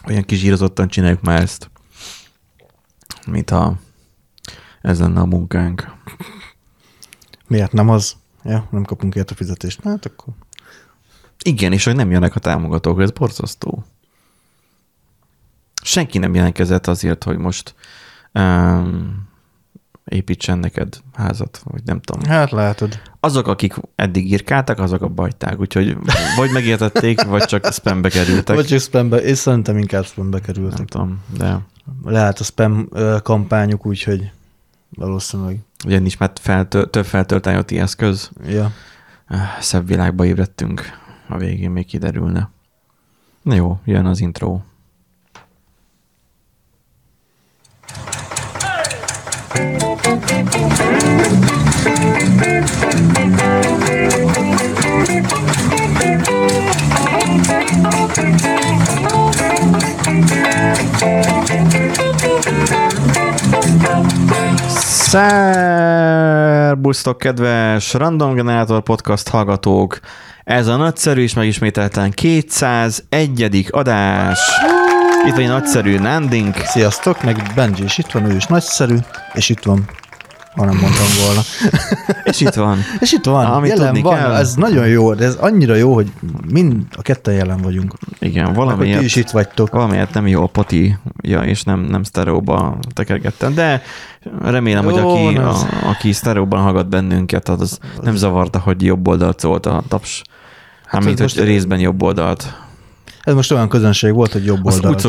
Olyan kizsírozottan csináljuk már ezt, mint ha ez lenne a munkánk. Miért nem az? Ja, nem kapunk érte fizetést. Hát akkor... Igen, és hogy nem jönnek a támogatók, ez borzasztó. Senki nem jelentkezett azért, hogy most építsen neked házat, vagy nem tudom. Hát látod. Azok, akik eddig írkáltak, azok abba hagyták, úgyhogy vagy megértették, vagy csak spambe kerültek. Vagy csak spambe, és szerintem inkább spambe kerültek. Nem tudom, de... Lehet a spam kampányuk, úgyhogy valószínűleg. Ugye nincs már több feltölt IoT eszköz. Ja. Szebb világba ébredtünk. A végén még kiderülne. Na jó, jön az intro. Szerbusztok, kedves Random Generator Podcast hallgatók! Ez a nagyszerű és megismételten 201. adás. Itt van egy nagyszerű Nándink. Sziasztok, meg Benji is itt van, ő is nagyszerű, és itt van, ha nem mondtam volna. És itt van. És itt van, amit jelen tudni van, kell. ez nagyon jó, de ez annyira jó, hogy mind a ketten jelen vagyunk. Igen, Valamiért, ti is itt vagytok. Valamiért nem jó a potia, és nem sztereóba tekergettem, de remélem, jó, hogy aki sztereóban hallgat bennünket, az nem zavarta, hogy jobb oldalt szólt a taps. Hát mint hogy részben jobb oldalt. Ez most olyan közönség volt, hogy jobb oldalt.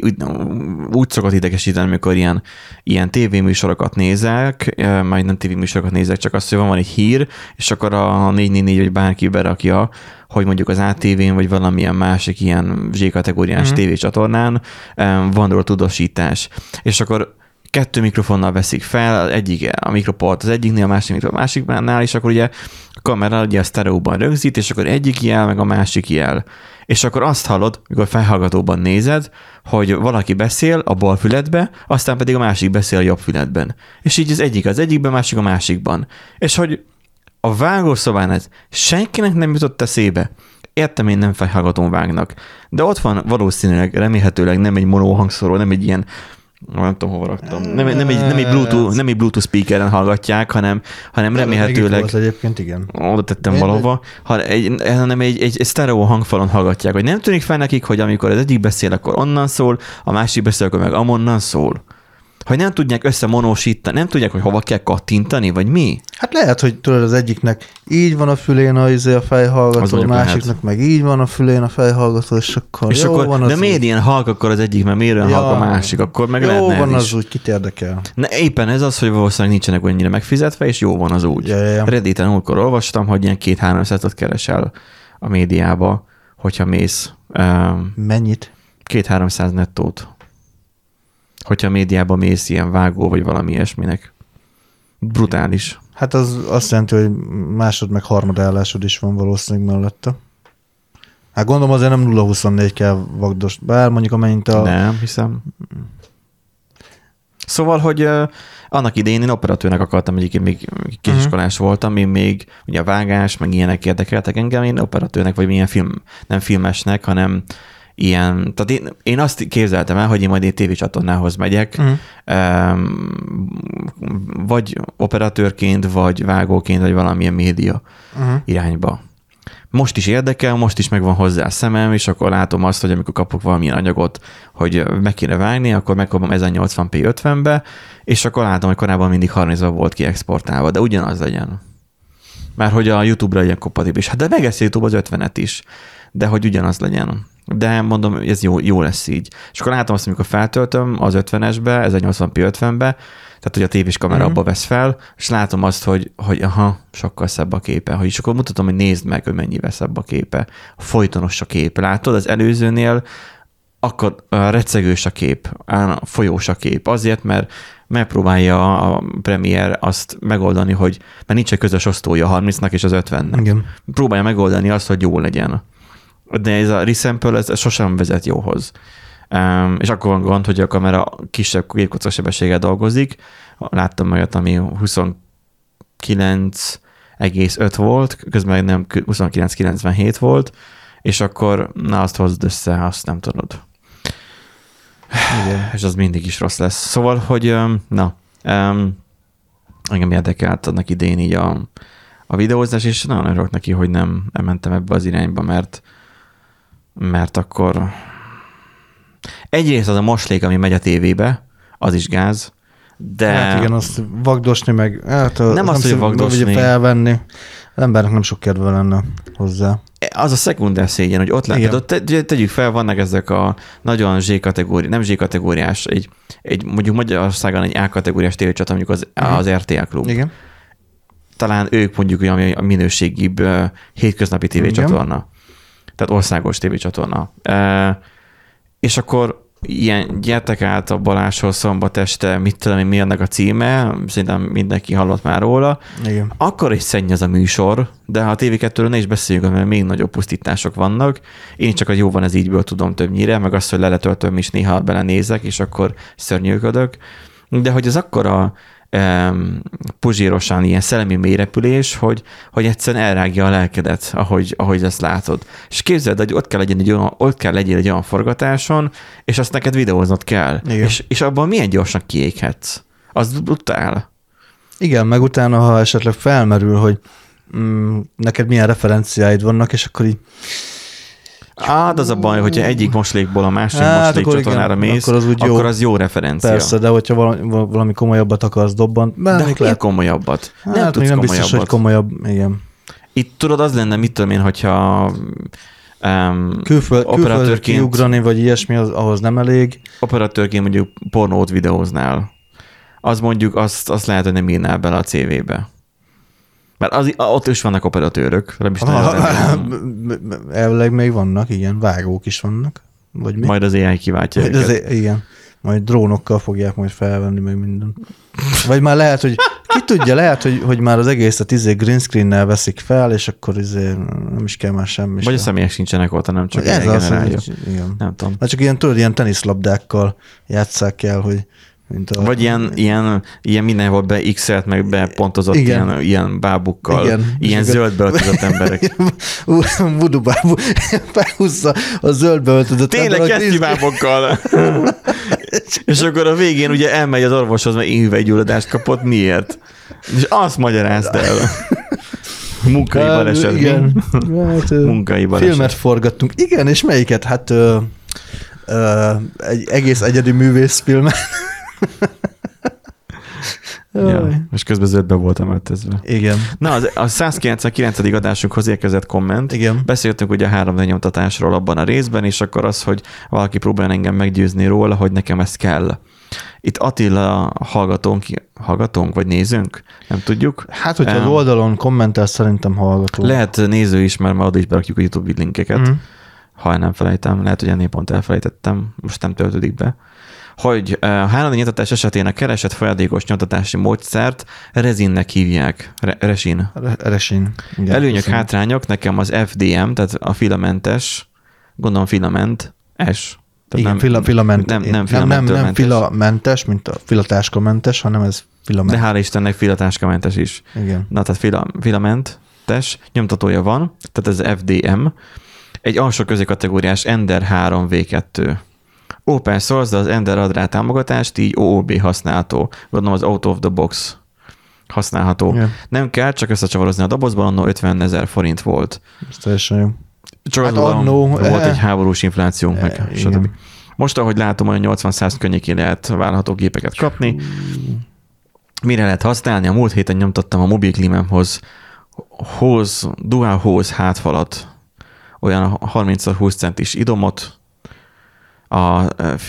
Úgy szokott idegesíteni, amikor ilyen tévéműsorokat nézek, majd nem tévéműsorokat nézek, csak azt, hogy van egy hír, és akkor a 444 vagy bárki berakja, hogy mondjuk az ATV-n, vagy valamilyen másik ilyen Z-kategóriás tévécsatornán van róla tudósítás. És akkor 2 mikrofonnal veszik fel, egyik a mikroport az egyiknél, a másik a másiknál, és akkor ugye a kamera ugye a sztereóban rögzít, és akkor egyik jel, meg a másik jel. És akkor azt hallod, mikor felhallgatóban nézed, hogy valaki beszél a bal füledbe, aztán pedig a másik beszél a jobb füledben. És így az egyik az egyikben, másik a másikban. És hogy a vágószobán ez senkinek nem jutott eszébe. Értem, én nem felhallgatón vágnak. De ott van valószínűleg, remélhetőleg nem egy monóhangszóró, nem egy ilyen, nem tudom, hova raktam. Nem egy Bluetooth speakeren hallgatják, hanem remélhetőleg... Egyébként igen. Oda tettem valahova, hanem egy sztereó hangfalon hallgatják, hogy nem tűnik fel nekik, hogy amikor az egyik beszél, akkor onnan szól, a másik beszél, akkor meg amonnan szól. Hogy nem tudják összemonósítani, nem tudják, hogy hova kell kattintani, vagy mi? Hát lehet, hogy tudod, az egyiknek így van a fülén a fejhallgató, a másiknak meg így van a fülén a fejhallgató, és akkor és jó akkor, van az. De miért ilyen halk akkor az egyik, mert miért olyan halk a másik, akkor meg lehetne. Jó van ez az is. úgy, kit érdekel. Éppen ez az, hogy valószínűleg nincsenek annyira megfizetve, és jó van az úgy. Ja. Redditen múltkor olvastam, hogy ilyen 200-300-at keresel a médiába, hogyha mész. Mennyit? 200-300 nettót. Hogyha a médiában mész ilyen vágó, vagy valami ilyesminek. Brutális. Hát az azt jelenti, hogy másod meg harmadállásod is van valószínűleg mellette. Hát gondolom azért nem 0-24 kell vagdos, bár mondjuk amennyit a... Nem, hiszem. Szóval, hogy annak idején én operatőrnek akartam, egyébként még kisiskolás voltam, én még ugye a vágás, meg ilyenek érdekeltek engem, én operatőrnek, vagy milyen nem filmesnek, hanem ilyen, tehát én azt képzeltem el, hogy én majd egy tévécsatornához megyek, vagy operatőrként, vagy vágóként, vagy valamilyen média irányba. Most is érdekel, most is megvan hozzá a szemem, és akkor látom azt, hogy amikor kapok valamilyen anyagot, hogy meg kéne vágni, akkor megkapom 1080p 50-be, és akkor látom, hogy korábban mindig 30-ban volt kiexportálva, de ugyanaz legyen. Már hogy a YouTube-ra legyen kompatibilis. Hát de megeszi YouTube az 50-et is, de hogy ugyanaz legyen. De mondom, ez jó lesz így. És akkor látom azt, amikor feltöltöm az 50-esbe, 1080p 50-be, tehát hogy a tévés kamera abba vesz fel, és látom azt, hogy aha, sokkal szebb a képe. És akkor mutatom, hogy nézd meg, hogy mennyivel szebb a képe. Folytonos a kép. Látod, az előzőnél akkor recegős a kép, folyós a kép. Azért, mert megpróbálja a Premiere azt megoldani, hogy mert nincs egy közös osztója a 30-nak és az 50-nek. Igen. Próbálja megoldani azt, hogy jó legyen. De ez a resample, ez sosem vezet jóhoz. És akkor van gond, hogy a kamera kisebb képkocka sebességgel dolgozik. Láttam olyat, ami 29,5 volt, közben nem 29,97 volt, és akkor azt hozd össze, azt nem tudod. Igen. És az mindig is rossz lesz. Szóval, hogy engem érdekelt annak idén így a videózás, és nagyon örülök neki, hogy nem mentem ebbe az irányba, mert akkor egyrészt az a moslék, ami megy a tévébe, az is gáz, de... Hát igen, azt vagdosni meg, nem azt, hogy vagdosni. Felvenni. Az embernek nem sok kedve lenne hozzá. Az a szekunder szégyen, hogy ott látod, tegyük fel, vannak ezek a nagyon nem Z-kategóriás, egy mondjuk Magyarországon egy A-kategóriás tévécsatorna, mondjuk az RTL Klub. Igen. Talán ők mondjuk olyan a minőségibb hétköznapi tévécsatorna. Tehát országos tévécsatorna. És akkor ilyen gyertek át a Balázshoz szombat este, mit tudom én, mi ennek a címe, szerintem mindenki hallott már róla. Igen. Akkor is szennyez a műsor, de ha a TV2-ről ne is beszéljünk, mert még nagyobb pusztítások vannak. Én csak a jó van ez ígyből tudom többnyire, meg azt, hogy leletöltöm is néha belenézek, és akkor szörnyűködök. De hogy az akkora puzsírosan ilyen szellemi mélyrepülés, hogy egyszerűen elrágja a lelkedet, ahogy ezt látod. És képzeld, hogy ott kell legyél egy olyan forgatáson, és azt neked videóznod kell. És abban milyen gyorsan kiéghetsz. Az brutál. Igen, meg utána, ha esetleg felmerül, hogy neked milyen referenciáid vannak, és akkor így Hát az a baj, hogyha egyik moslékból a másik moslék csatornára mész, akkor az jó referencia. Persze, de hogyha valami komolyabbat akarsz dobban. De milyen komolyabbat? Hát nem tudsz komolyabbat. Biztos, hogy komolyabb, igen. Itt tudod, az lenne, mit tudom én, hogyha külföldre kiugrani, vagy ilyesmi, ahhoz nem elég. Operatőrként mondjuk pornót videóznál. Az mondjuk azt lehet, hogy nem írnál bele a CV-be. Mert ott is vannak operatőrök. Elvileg még vannak, igen, vágók is vannak. Vagy mi? Majd az AI kiváltja őket. Igen, majd drónokkal fogják majd felvenni meg minden. Vagy már lehet, hogy ki tudja, lehet, hogy már az egészet green screen-nel veszik fel, és akkor nem is kell már semmi. Vagy a személyek sincsenek ott, nem csak ez az, igen. Nem tudom. Csak ilyen teniszlabdákkal játsszák el, hogy vagy ilyen mindenhol beixelt, meg bepontozott ilyen bábukkal, ilyen zöldbe öltözött emberek. Voodoo bábú behúzza a zöldbe öltözött tényleg kesztyűbábokkal. És akkor a végén ugye elmegy az orvoshoz, mert éhüvegygyulladást kapott. Miért? És azt magyarázd el. Munkai baleset. Igen. Munkai baleset. Filmet forgattunk. Igen, és melyiket? Hát egy egész egyedi művészfilmet. Ja, és közben zöldbe voltam öltözve. Igen. Na, a 199. adásunkhoz érkezett komment. Igen. Beszéltünk ugye a 3D nyomtatásról abban a részben, és akkor az, hogy valaki próbál engem meggyőzni róla, hogy nekem ez kell. Itt Attila hallgatónk, vagy nézőnk? Nem tudjuk. Hát, hogyha az oldalon kommentel, szerintem hallgató. Lehet néző is, mert ma oda is berakjuk a YouTube linkeket. Ha nem felejtem, lehet, hogy ennél pont elfelejtettem, most nem töltődik be. Hogy a 3D nyomtatás esetén a keresett folyadékos nyomtatási módszert resinnek hívják. Resin. Igen, előnyök, hátrányok, nekem az FDM, tehát a filamentes, gondolom filament, S. Igen, nem filamentes, mint a filatáskamentes, hanem ez filament. De hála Istennek filatáskamentes is. Igen. Na, tehát filamentes nyomtatója van, tehát ez FDM. Egy alsó középkategóriás Ender 3 V2. Open source, de az Ender ad rá támogatást, így OOB használható. Gondolom az out of the box használható. Yeah. Nem kell csak összecsavarozni a dobozban, annó 50 000 forint volt. Ez teljesen jó. Csak hát volt egy háborús inflációnk, meg stb. Most, ahogy látom, olyan 80-100 környékén lehet vállalható gépeket kapni. Mire lehet használni? A múlt héten nyomtattam a mobilklímámhoz dual hose hátfalat, olyan 30x20 centis idomot, a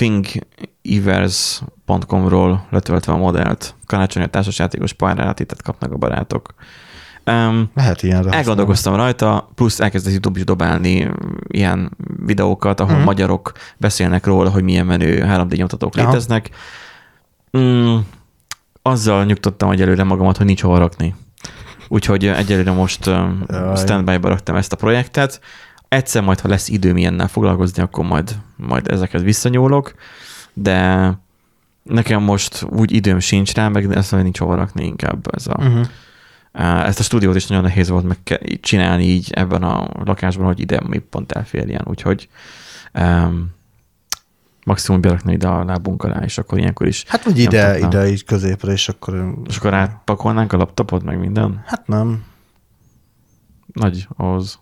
thingiverse.com-ról letöltve a modellt. Karácsonyi társasjátékos pályáratítet kapnak a barátok. Lehet ilyenre. Elgondolkoztam rajta, plusz elkezdett YouTube is dobálni ilyen videókat, ahol magyarok beszélnek róla, hogy milyen menő 3D nyomtatók léteznek. Azzal nyugtottam egyelőre magamat, hogy nincs hova rakni. Úgyhogy egyelőre most standby-ba raktam ezt a projektet. Egyszer majd, ha lesz időm ilyennel foglalkozni, akkor majd ezeket visszanyúlok, de nekem most úgy időm sincs rá, meg ezt nincs hova rakni inkább. Ezt a stúdiót is nagyon nehéz volt meg csinálni így ebben a lakásban, hogy ide mi pont elférjen. Úgyhogy Maximum berakni ide a lábunk alá, és akkor ilyenkor is. Hát vagy ide így középre, és akkor... És akkor átpakolnánk a laptopot, meg minden? Hát nem. Nagy ahhoz.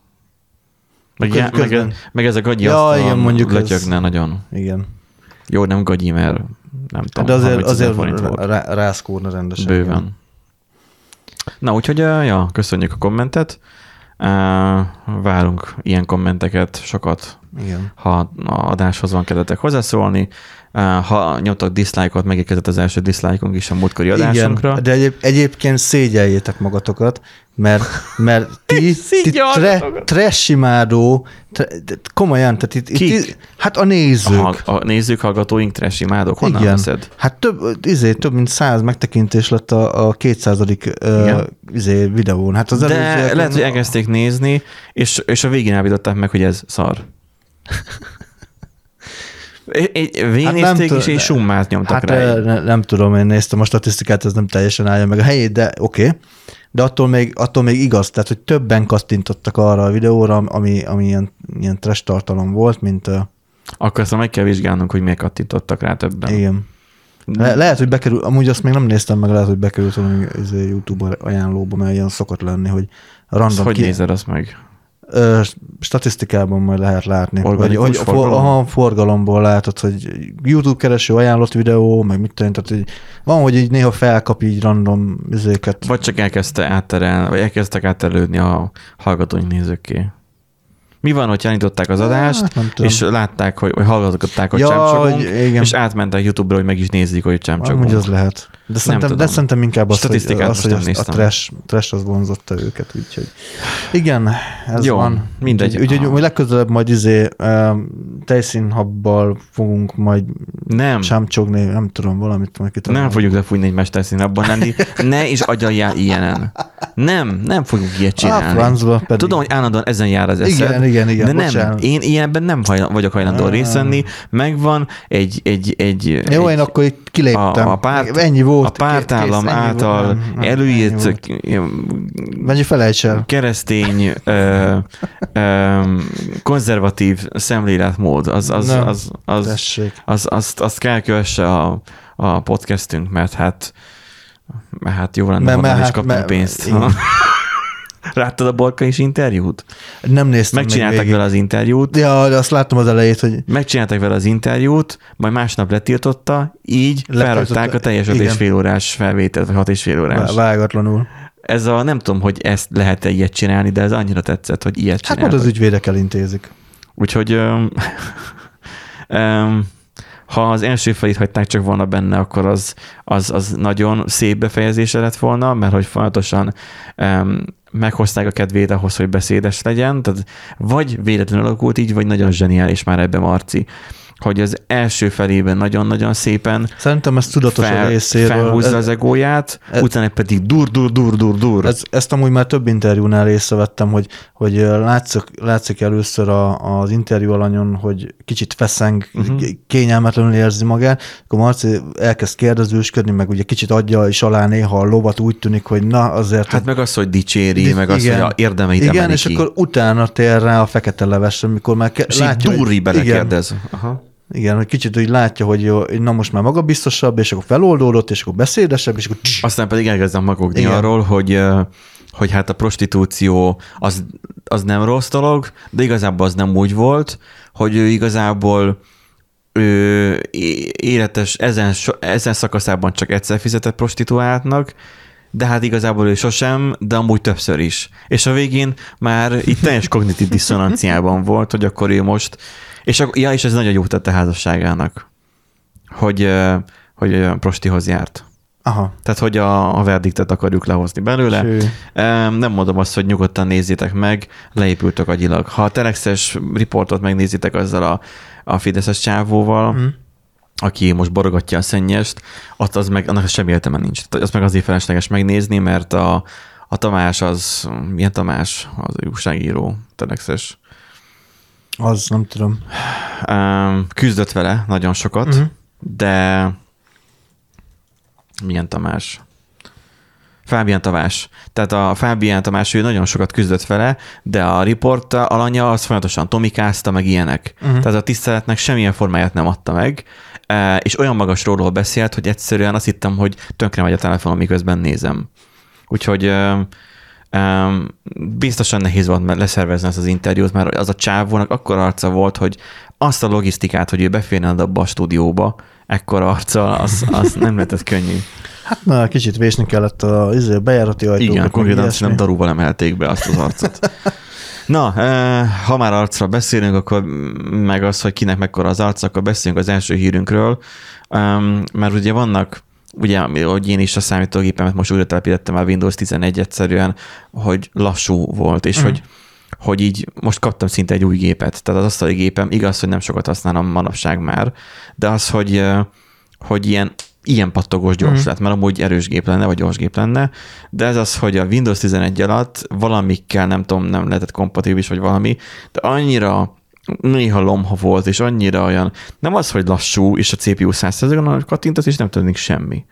Meg ez a gagyi igen, mondjuk lötyögne nagyon. Igen. Jó, nem gagyi, mert nem tudom. De azért rászkórna rendesen. Bőven. Igen. Na, úgyhogy köszönjük a kommentet. Várunk ilyen kommenteket sokat, igen. Ha a adáshoz van kedvetek hozzászólni. Ha nyomtak dislike-ot, megérkezett az első dislike-unk is a múltkori adásunkra. Igen, de egyébként szégyeljétek magatokat, mert ti trash imádó, komolyan, tehát itt hát a nézők. A nézők, hallgatóink trash imádók, honnan veszed? Hát több mint 100 megtekintés lett a 200. videón. Hát az de lehet, hogy elkezdték nézni, és a végén állították meg, hogy ez szar. Végignézték, és egy summát nyomtak rá. Nem tudom, én néztem a statisztikát, ez nem teljesen állja meg a helyét, de oké. De attól még igaz, tehát, hogy többen kattintottak arra a videóra, ami ilyen trash tartalom volt, mint... Akkor azt meg kell vizsgálnunk, hogy miért kattintottak rá többen. Igen. Lehet, hogy bekerül, amúgy azt még nem néztem meg, lehet, hogy bekerült valami YouTube ajánlóba, mert ilyen szokott lenni, hogy random... Hogy nézed azt meg? Statisztikában majd lehet látni. Organikus forgalom? Forgalomból látod, hogy YouTube kereső ajánlott videó, meg mit tudom, tehát van, hogy így néha felkap így random üzéket. Vagy csak elkezdtek átterelődni a hallgatóink nézőkké. Mi van, hogy nyitották az adást, és látták, hogy hallgatották, hogy csámcsogunk, és átmentek YouTube-ra, hogy meg is nézik, hogy csámcsogunk. Amúgy az lehet. De szerintem inkább az, hogy a trash az vonzotta őket, úgyhogy igen, ez jó, van. Mindegy. Úgyhogy legközelebb majd tejszínhabbal fogunk majd csámcsogni, nem tudom, valamit. Nem fogjuk lefújni egy mesterszínhabban lenni, ne is agyaljál ilyenen. Nem fogjuk ilyet csinálni. Tudom, hogy állandóan ezen jár az eszed. Igen, de nem, én ilyenben nem vagyok hajlandó részt venni. Megvan egy jó, én akkor kiléptem. Ennyi volt. A pártállam által előírt keresztény konzervatív szemléletmód, azt kell kövesse a podcastünk, mert hát jó lenne, honnan is kapni pénzt. Láttad a Borkai interjút? Nem néztem. Megcsinálták vele az interjút. Ja, de azt láttam az elejét, hogy... Megcsinálták vele az interjút, majd másnap letiltotta, így felrakták a teljes 5,5 órás felvételt, vagy 6,5 órás. Vágatlanul. Ez nem tudom, hogy ezt lehet-e ilyet csinálni, de ez annyira tetszett, hogy ilyet csináltak. Hát majd az ügyvédek elintézik. Úgyhogy ha az első felét hagyták csak volna benne, akkor az nagyon szép befejezése lett volna, mert hogy folyamatosan meghozták a kedvét ahhoz, hogy beszédes legyen, tehát vagy véletlenül alakult így, vagy nagyon zseniális már ebben Marci, hogy az első felében nagyon-nagyon szépen szerintem ez tudatos a részéről. Felhúzza az egóját, utána pedig dur. Ezt amúgy már több interjúnál észrevettem, hogy látszik először az interjú alanyon, hogy kicsit feszeng, kényelmetlenül érzi magát, akkor Marci elkezd kérdezősködni, meg ugye kicsit adja is alá néha a lovat, úgy tűnik, hogy na azért... Hát meg az, hogy dicséri, meg az, hogy a érdemeit emeli ki. Igen, és akkor utána tér rá a fekete levesre, amikor már látja, hogy belekérdez. Aha. Igen, hogy kicsit úgy látja, hogy na most már magabiztosabb, és akkor feloldódott, és akkor beszédesebb, és akkor... Aztán pedig elkezdem magogni arról, hogy hát a prostitúció az nem rossz dolog, de igazából az nem úgy volt, hogy ő igazából életes ezen szakaszában csak egyszer fizetett prostituáltnak, de hát igazából ő sosem, de amúgy többször is. És a végén már itt teljes kognitív diszonanciában volt, hogy akkor ő most... És ez nagyon jó tette házasságának, hogy prostihoz járt. Aha. Tehát, hogy a verdiktet akarjuk lehozni belőle. Nem mondom azt, hogy nyugodtan nézzétek meg, leépültök agyilag. Ha a Telexes riportot megnézitek azzal a fideszes csávóval, aki most borogatja a szennyest, annak semmi értelme nincs. Azt meg azért felesleges megnézni, mert a Tamás milyen Tamás? Az újságíró, Telexes. Az nem tudom. Küzdött vele nagyon sokat, de milyen Tamás? Fábián Tamás. Tehát a Fábián Tamás, ő nagyon sokat küzdött vele, de a riport alanya az folyamatosan tomikázta, meg ilyenek. Tehát a tiszteletnek semmilyen formáját nem adta meg, és olyan magasról beszélt, hogy egyszerűen azt hittem, hogy tönkre megy a telefonom, miközben nézem. Úgyhogy biztosan nehéz volt leszervezni ezt az interjút, mert az a csávónak akkora arca volt, hogy azt a logisztikát, hogy ő beférne abba a stúdióba, ekkora arca, az nem lehetett könnyű. Hát na, kicsit vésni kellett a bejárati ajtóba. Igen, konkrétan nem darúval emelték be azt az arcot. Na, ha már arcra beszélünk, akkor meg az, hogy kinek mekkora az arc, akkor beszéljünk az első hírünkről, mert ugye vannak, ugye, hogy én is a számítógépemet most újra telepítettem el Windows 11 egyszerűen, hogy lassú volt, és hogy így most kaptam szinte egy új gépet. Tehát az asztali gépem, igaz, hogy nem sokat használom manapság már, de az, hogy ilyen pattogós gyors lett, mert amúgy erős gép lenne, vagy gyors gép lenne, de ez az, hogy a Windows 11 alatt valamikkel, nem tudom, nem lehetett kompatibilis, vagy valami, de annyira néha lomha volt, és annyira olyan, nem az, hogy lassú, és a CPU 100%-on kattintasz, és nem történik semmi.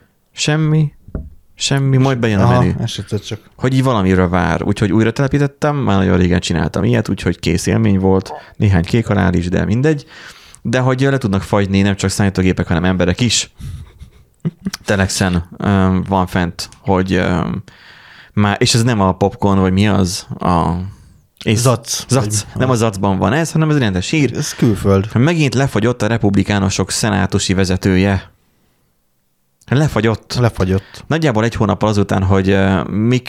Semmi, majd bejön a menü. Csak. Hogy így valamiről vár. Úgyhogy újra telepítettem, már nagyon régen csináltam ilyet, úgyhogy kész élmény volt, néhány kék halál is, de mindegy. De hogy le tudnak fagyni nem csak számítógépek, hanem emberek is. Telexen van fent, hogy már, és ez nem a popcorn, vagy mi az? Zac. Nem a zacban van ez, hanem ez rendes hír. Ez külföld. Megint lefagyott a republikánusok szenátusi vezetője. Lefagyott. Nagyjából egy hónappal azután, hogy Mitch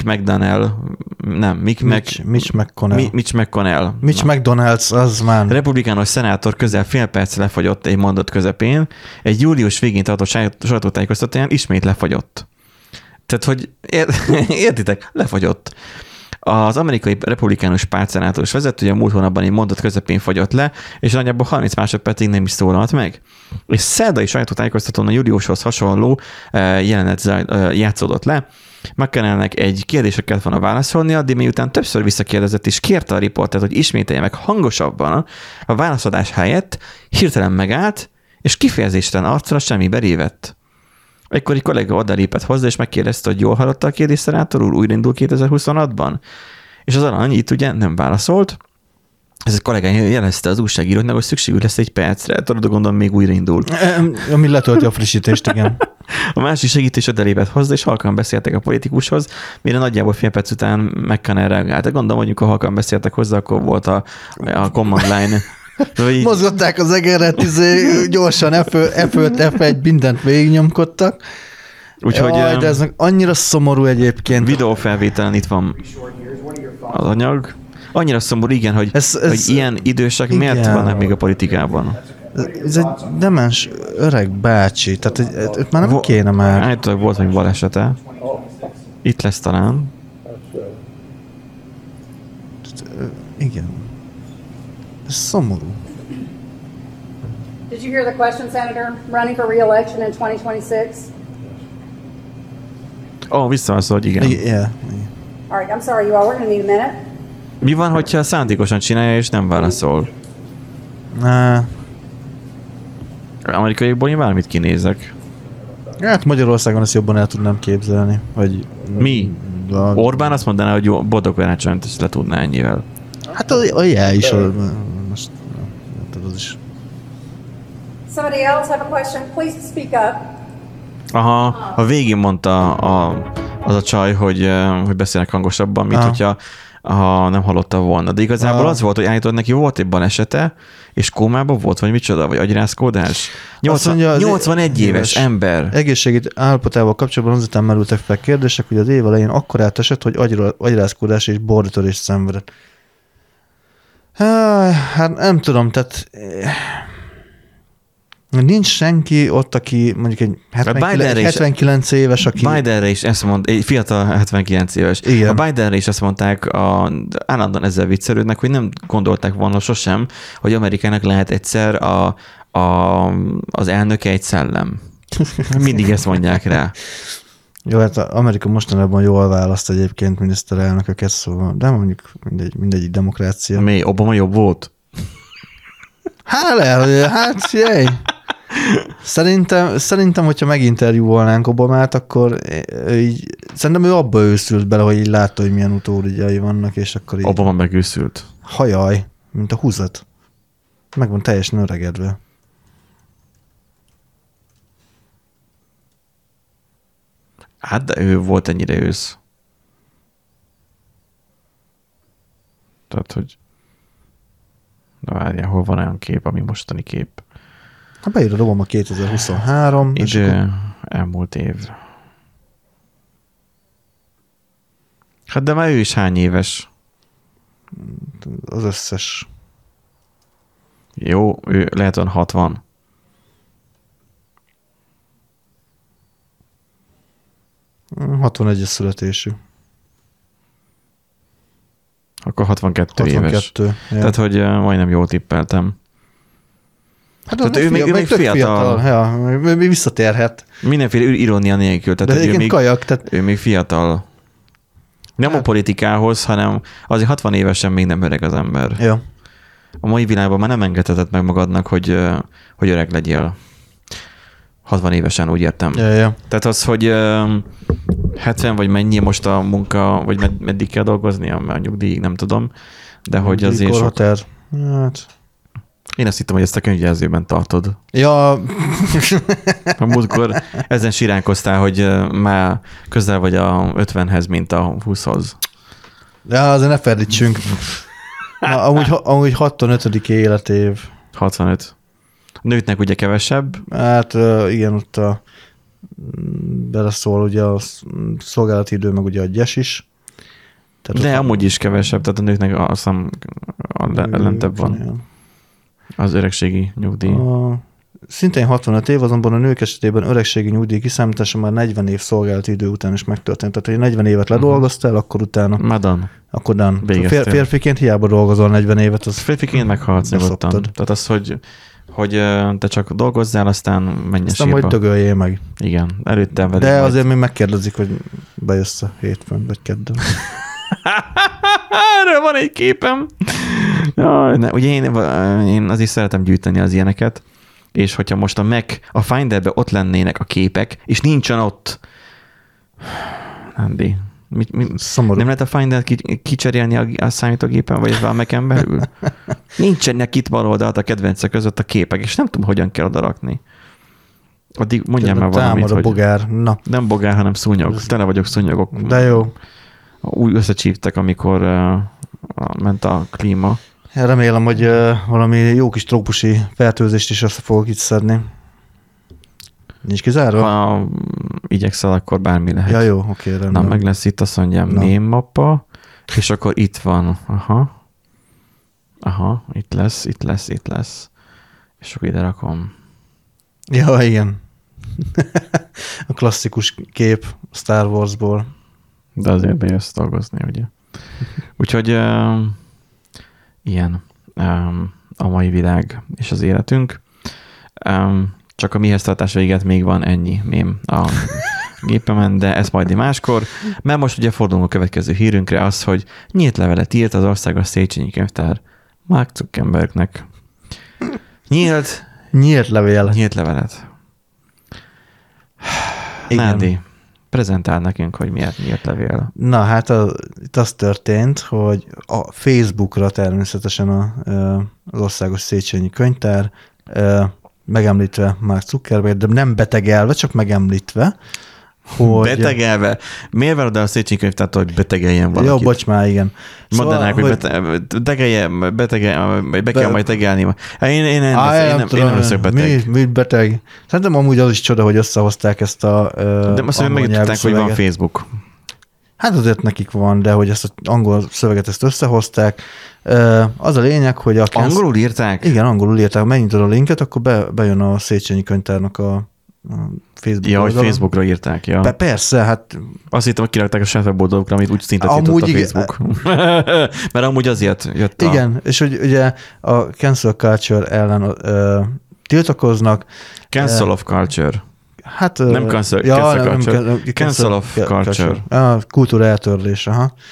McConnell. Mitch McDonald's, az már. Republikánus szenátor közel fél perc lefagyott egy mondat közepén, egy július végén tartott sajtótájékoztatóján ismét lefagyott. Tehát, hogy értitek, lefagyott. Az amerikai republikánus pártszenátus vezetője múlt hónapban egy mondat közepén fagyott le, és nagyjából 30 másodpercig nem is szólalt meg. És szerdai sajtótájékoztatón a júliushoz hasonló jelenet játszódott le. McConnellnek egy kérdésre kellett volna válaszolni, addig miután többször visszakérdezett, és kérte a riportert, hogy ismételje meg hangosabban a válaszadás helyett, hirtelen megállt, és kifejezéstelen arcra semmibe révett. Egykor egy kollega odalépett hozzá, és megkérdezte, hogy jól hallotta a kérdést, szenátor úr, újraindul 2026-ban? És az alany itt ugye nem válaszolt. Ez a kollégája jelezte az újságíróknak, hogy szükségük lesz egy percre. Tudod, gondolom, még újraindul. Ami letölti a frissítést, igen. A másik segítés odalépett hozzá, és halkan beszéltek a politikushoz, mire nagyjából fél perc után McConnell reagált. De gondolom, hogy amikor halkan beszéltek hozzá, akkor volt a command line. Mozgatták az egeret, gyorsan F5, F1, mindent végignyomkodtak. Úgyhogy de ez annyira szomorú egyébként. Videófelvételen itt van az anyag. Annyira szomorú, igen, hogy ilyen idősek igen. Miért vannak még a politikában? Ez egy demens öreg bácsi, tehát már nem kéne már. Állítólag volt még balesete. Itt lesz talán. Igen. Ez szomorú. Did you hear the question, Senator? Running for re-election in 2026? Visszavászol, hogy igen. Yeah. All right, I'm sorry, you all. We're going to need a minute. Mi van, hogyha szándékosan csinálja, és nem válaszol? Amerikaiakból én bármit kinézek. Hát Magyarországon ezt jobban el tudnám képzelni. Hogy mi? Orbán azt mondaná, hogy jó, boldog karácsonyt is le tudná ennyivel. Hát a is. Most az is. Somebody else have a question? Please speak up. Aha, a végén mondta az a csaj, hogy beszélnek hangosabban, mint hogyha nem hallotta volna. De igazából az volt, hogy állítólag neki volt egy balesete, és kómában volt, vagy micsoda, vagy agyrázkódás. 81 éves ember. Egészségügyi állapotával kapcsolatban azután merültek fel kérdések, hogy az év elején akkor átesett, hogy agyrázkódás és borítörést szenvedett. Hát nem tudom, tehát nincs senki ott, aki mondjuk egy 79 éves, aki... Bidenre is ezt mond, egy fiatal 79 éves. Igen. A Bidenre is azt mondták, állandóan ezzel viccelődnek, hogy nem gondolták volna sosem, hogy Amerikának lehet egyszer az elnöke egy szellem. Mindig ezt mondják rá. Jó, hát Amerika mostanában jól választ egyébként miniszterelnököket, szóval, de mondjuk mindegy demokrácia. Mi? Obama jobb volt? Hát, jaj. Szerintem, hogyha meginterjúvolnánk Obamát, akkor így Szerintem ő abba őszült bele, hogy így látta, hogy milyen utódjai vannak, és akkor így... Obama megőszült. Hajaj, mint a húzat. Meg van teljesen öregedve. Hát, de ő volt ennyire ősz. Tehát, hogy... Na várjál, hol van olyan kép, ami mostani kép? Hát beírod Obama 2023. Idő, elmúlt év. Hát de már ő is hány éves? Az összes. Jó, ő lehet van 60. Mm, 61-es születésű. Akkor 62 éves. 62. Ja. Tehát, hogy majdnem jól tippeltem. Hát tehát ő még tök fiatal. Ja, még visszatérhet. Mindenféle irónia nélkül. Tehát, De hogy egyébként kajak, tehát... ő még fiatal. Nem a politikához, hanem azért 60 évesen még nem öreg az ember. Ja. A mai világban már nem engedheted meg magadnak, hogy öreg legyél. 60 évesen, úgy értem. Ja. Tehát az, hogy 70 vagy mennyi most a munka, vagy meddig kell dolgoznia, mert a nyugdíjig nem tudom, de hogy azért sok... Korhatár. Hát... Én azt hittem, hogy ezt a könyvjelzőben tartod. Ja. A múltkor ezen siránkoztál, hogy már közel vagy a 50-hez, mint a 20-hoz. Ja, azért ne ferdítsünk. Na, amúgy 65. életév. 65. Nőknek ugye kevesebb. Hát igen, ott beleszól ugye a szolgálati idő, meg ugye a gyes is. Tehát de amúgy is kevesebb, tehát a nőknek azt hiszem lentebb van. Az öregségi nyugdíj. Szintén 65 év, azonban a nők esetében öregségi nyugdíj kiszámítása már 40 év szolgálati idő után is megtörtént. Tehát, hogy 40 évet ledolgoztál, akkor utána... Madan. Akkor dan. Végeztél. Férfiként hiába dolgozol 40 évet. Az férfiként meghalsz nyugodtan. Tehát az, hogy te csak dolgozzál, aztán menj a aztán majd dögöljél meg. Igen, előtte velük. De azért még megkérdezik, hogy bejössz a hétfőn, vagy kedden. Erről van egy képem. Ugye én azért szeretem gyűjteni az ilyeneket, és hogyha most a Finderben ott lennének a képek, és nincsen ott, Andy, Szomorú. nem lehet a Finder kicserélni a számítógépen, vagy a Mac-en belül? Nincsenek itt bal oldalt a kedvencek között a képek, és nem tudom, hogyan kell oda rakni. Addig mondjál már valamit, hogy... bogár. Na. Nem bogár, hanem szúnyog. Tele vagyok szúnyogok. De jó. Úgy összecsíptek, amikor ment a klíma. Remélem, hogy valami jó kis trópusi fertőzést is össze fogok itt szedni. Nincs kizárva? Ha igyekszel, akkor bármi lehet. Ja, jó, oké, rendben. Na, meg lesz itt, azt mondjam, name mappa, és akkor itt van. Aha, itt lesz. És akkor ide rakom. Ja, igen. A klasszikus kép Star Warsból. De azért bejössz dolgozni, ugye. Úgyhogy ilyen a mai világ és az életünk. Csak a mihez tartás véget még van ennyi mém a gépemen, de ez majd máskor. Mert most ugye fordulunk a következő hírünkre az, hogy nyílt levelet írt az Országos Széchenyi Könyvtár Mark Zuckerbergnek. Nyílt levelet. Igen. Nádi, prezentál nekünk, hogy miért nyílt levél. Na, hát itt az történt, hogy a Facebookra természetesen az Országos Széchenyi Könyvtár megemlítve Mark Zuckerberg, de nem betegelve, csak megemlítve, hogy... Betegelve? Miért van oda a Széchenyi Könyvtártól, hogy betegeljen valakit? Jó, bocs már, igen. Mondanák, hogy be kell majd tegelni. Én nem leszek beteg. Mi beteg? Szerintem amúgy az is csoda, hogy összehozták ezt a de azt mondja, megtudták, hogy van Facebook. Hát azért nekik van, de hogy ezt az angol szöveget ezt összehozták. Az a lényeg, hogy angolul írták? Igen, angolul írták. Megnyitod a linket, akkor bejön a Széchenyi Könyvtárnak a Facebook ja, oldalon. Hogy Facebookra írták, ja. Persze, hát... Azt hittem, hogy kirakták a saját weboldalukra, amit úgy szinte tiltott a Facebook. Mert amúgy azért jött igen, és hogy ugye a cancel culture ellen tiltakoznak. Cancel of culture. Hát... Nem cancel culture. Cancel of culture. Kultúra eltörlés, aha.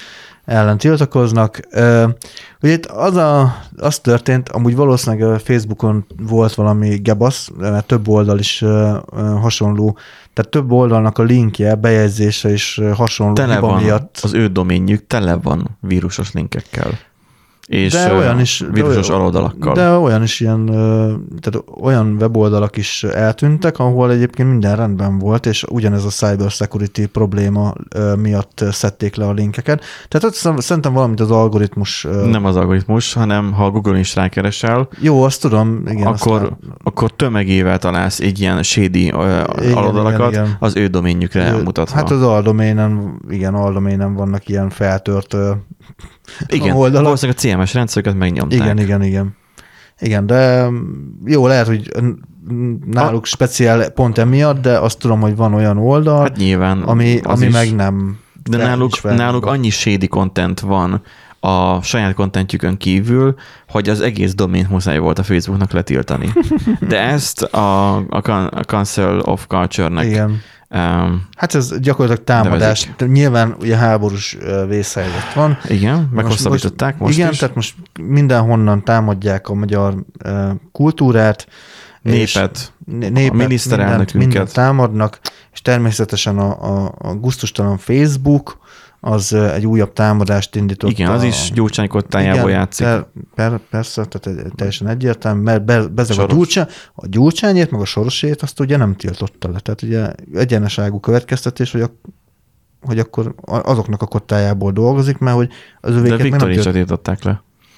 ellen tiltakoznak. Ugye itt az történt, amúgy valószínűleg Facebookon volt valami gebasz, mert több oldal is hasonló, tehát több oldalnak a linkje, bejegyzése is hasonló Tele hiba van, miatt. az ő doménjük tele van vírusos linkekkel. És De olyan is, vírusos aloldalakkal. De olyan is ilyen, tehát olyan weboldalak is eltűntek, ahol egyébként minden rendben volt, és ugyanez a cyber security probléma miatt szedték le a linkeket. Tehát ott szerintem valamit az algoritmus... Nem az algoritmus, hanem ha Google is rákeresel, Jó, azt tudom, igen. akkor tömegével találsz egy ilyen shady aloldalakat igen. az ő doménjükre mutatva. Hát az aldoménen vannak ilyen feltört igen, oldalak. valószínűleg a CMS rendszereket megnyomták. Igen, de jó, lehet, hogy náluk speciál pont emiatt, de azt tudom, hogy van olyan oldal, hát nyilván ami meg nem. De náluk annyi shady content van a saját contentjükön kívül, hogy az egész domént muszáj volt a Facebooknak letiltani. De ezt a Council of Culture-nek igen. Hát ez gyakorlatilag támadás. Nyilván ugye háborús vészhelyzet van. Igen, meghosszabbították most igen, is. tehát most mindenhonnan támadják a magyar kultúrát. Népet, a miniszterelnökünket. Mindent támadnak, és természetesen a gusztustalan Facebook az egy újabb támadást indított. Igen, az is Gyurcsány kottájából játszik. Persze, tehát teljesen egyértelmű, mert bezeg a Gyurcsányét, meg a Sorosét azt ugye nem tiltotta le. Tehát ugye egyeneságú következtetés, hogy akkor azoknak a kottájából dolgozik, mert hogy az övéket de Viktor is tiltották le.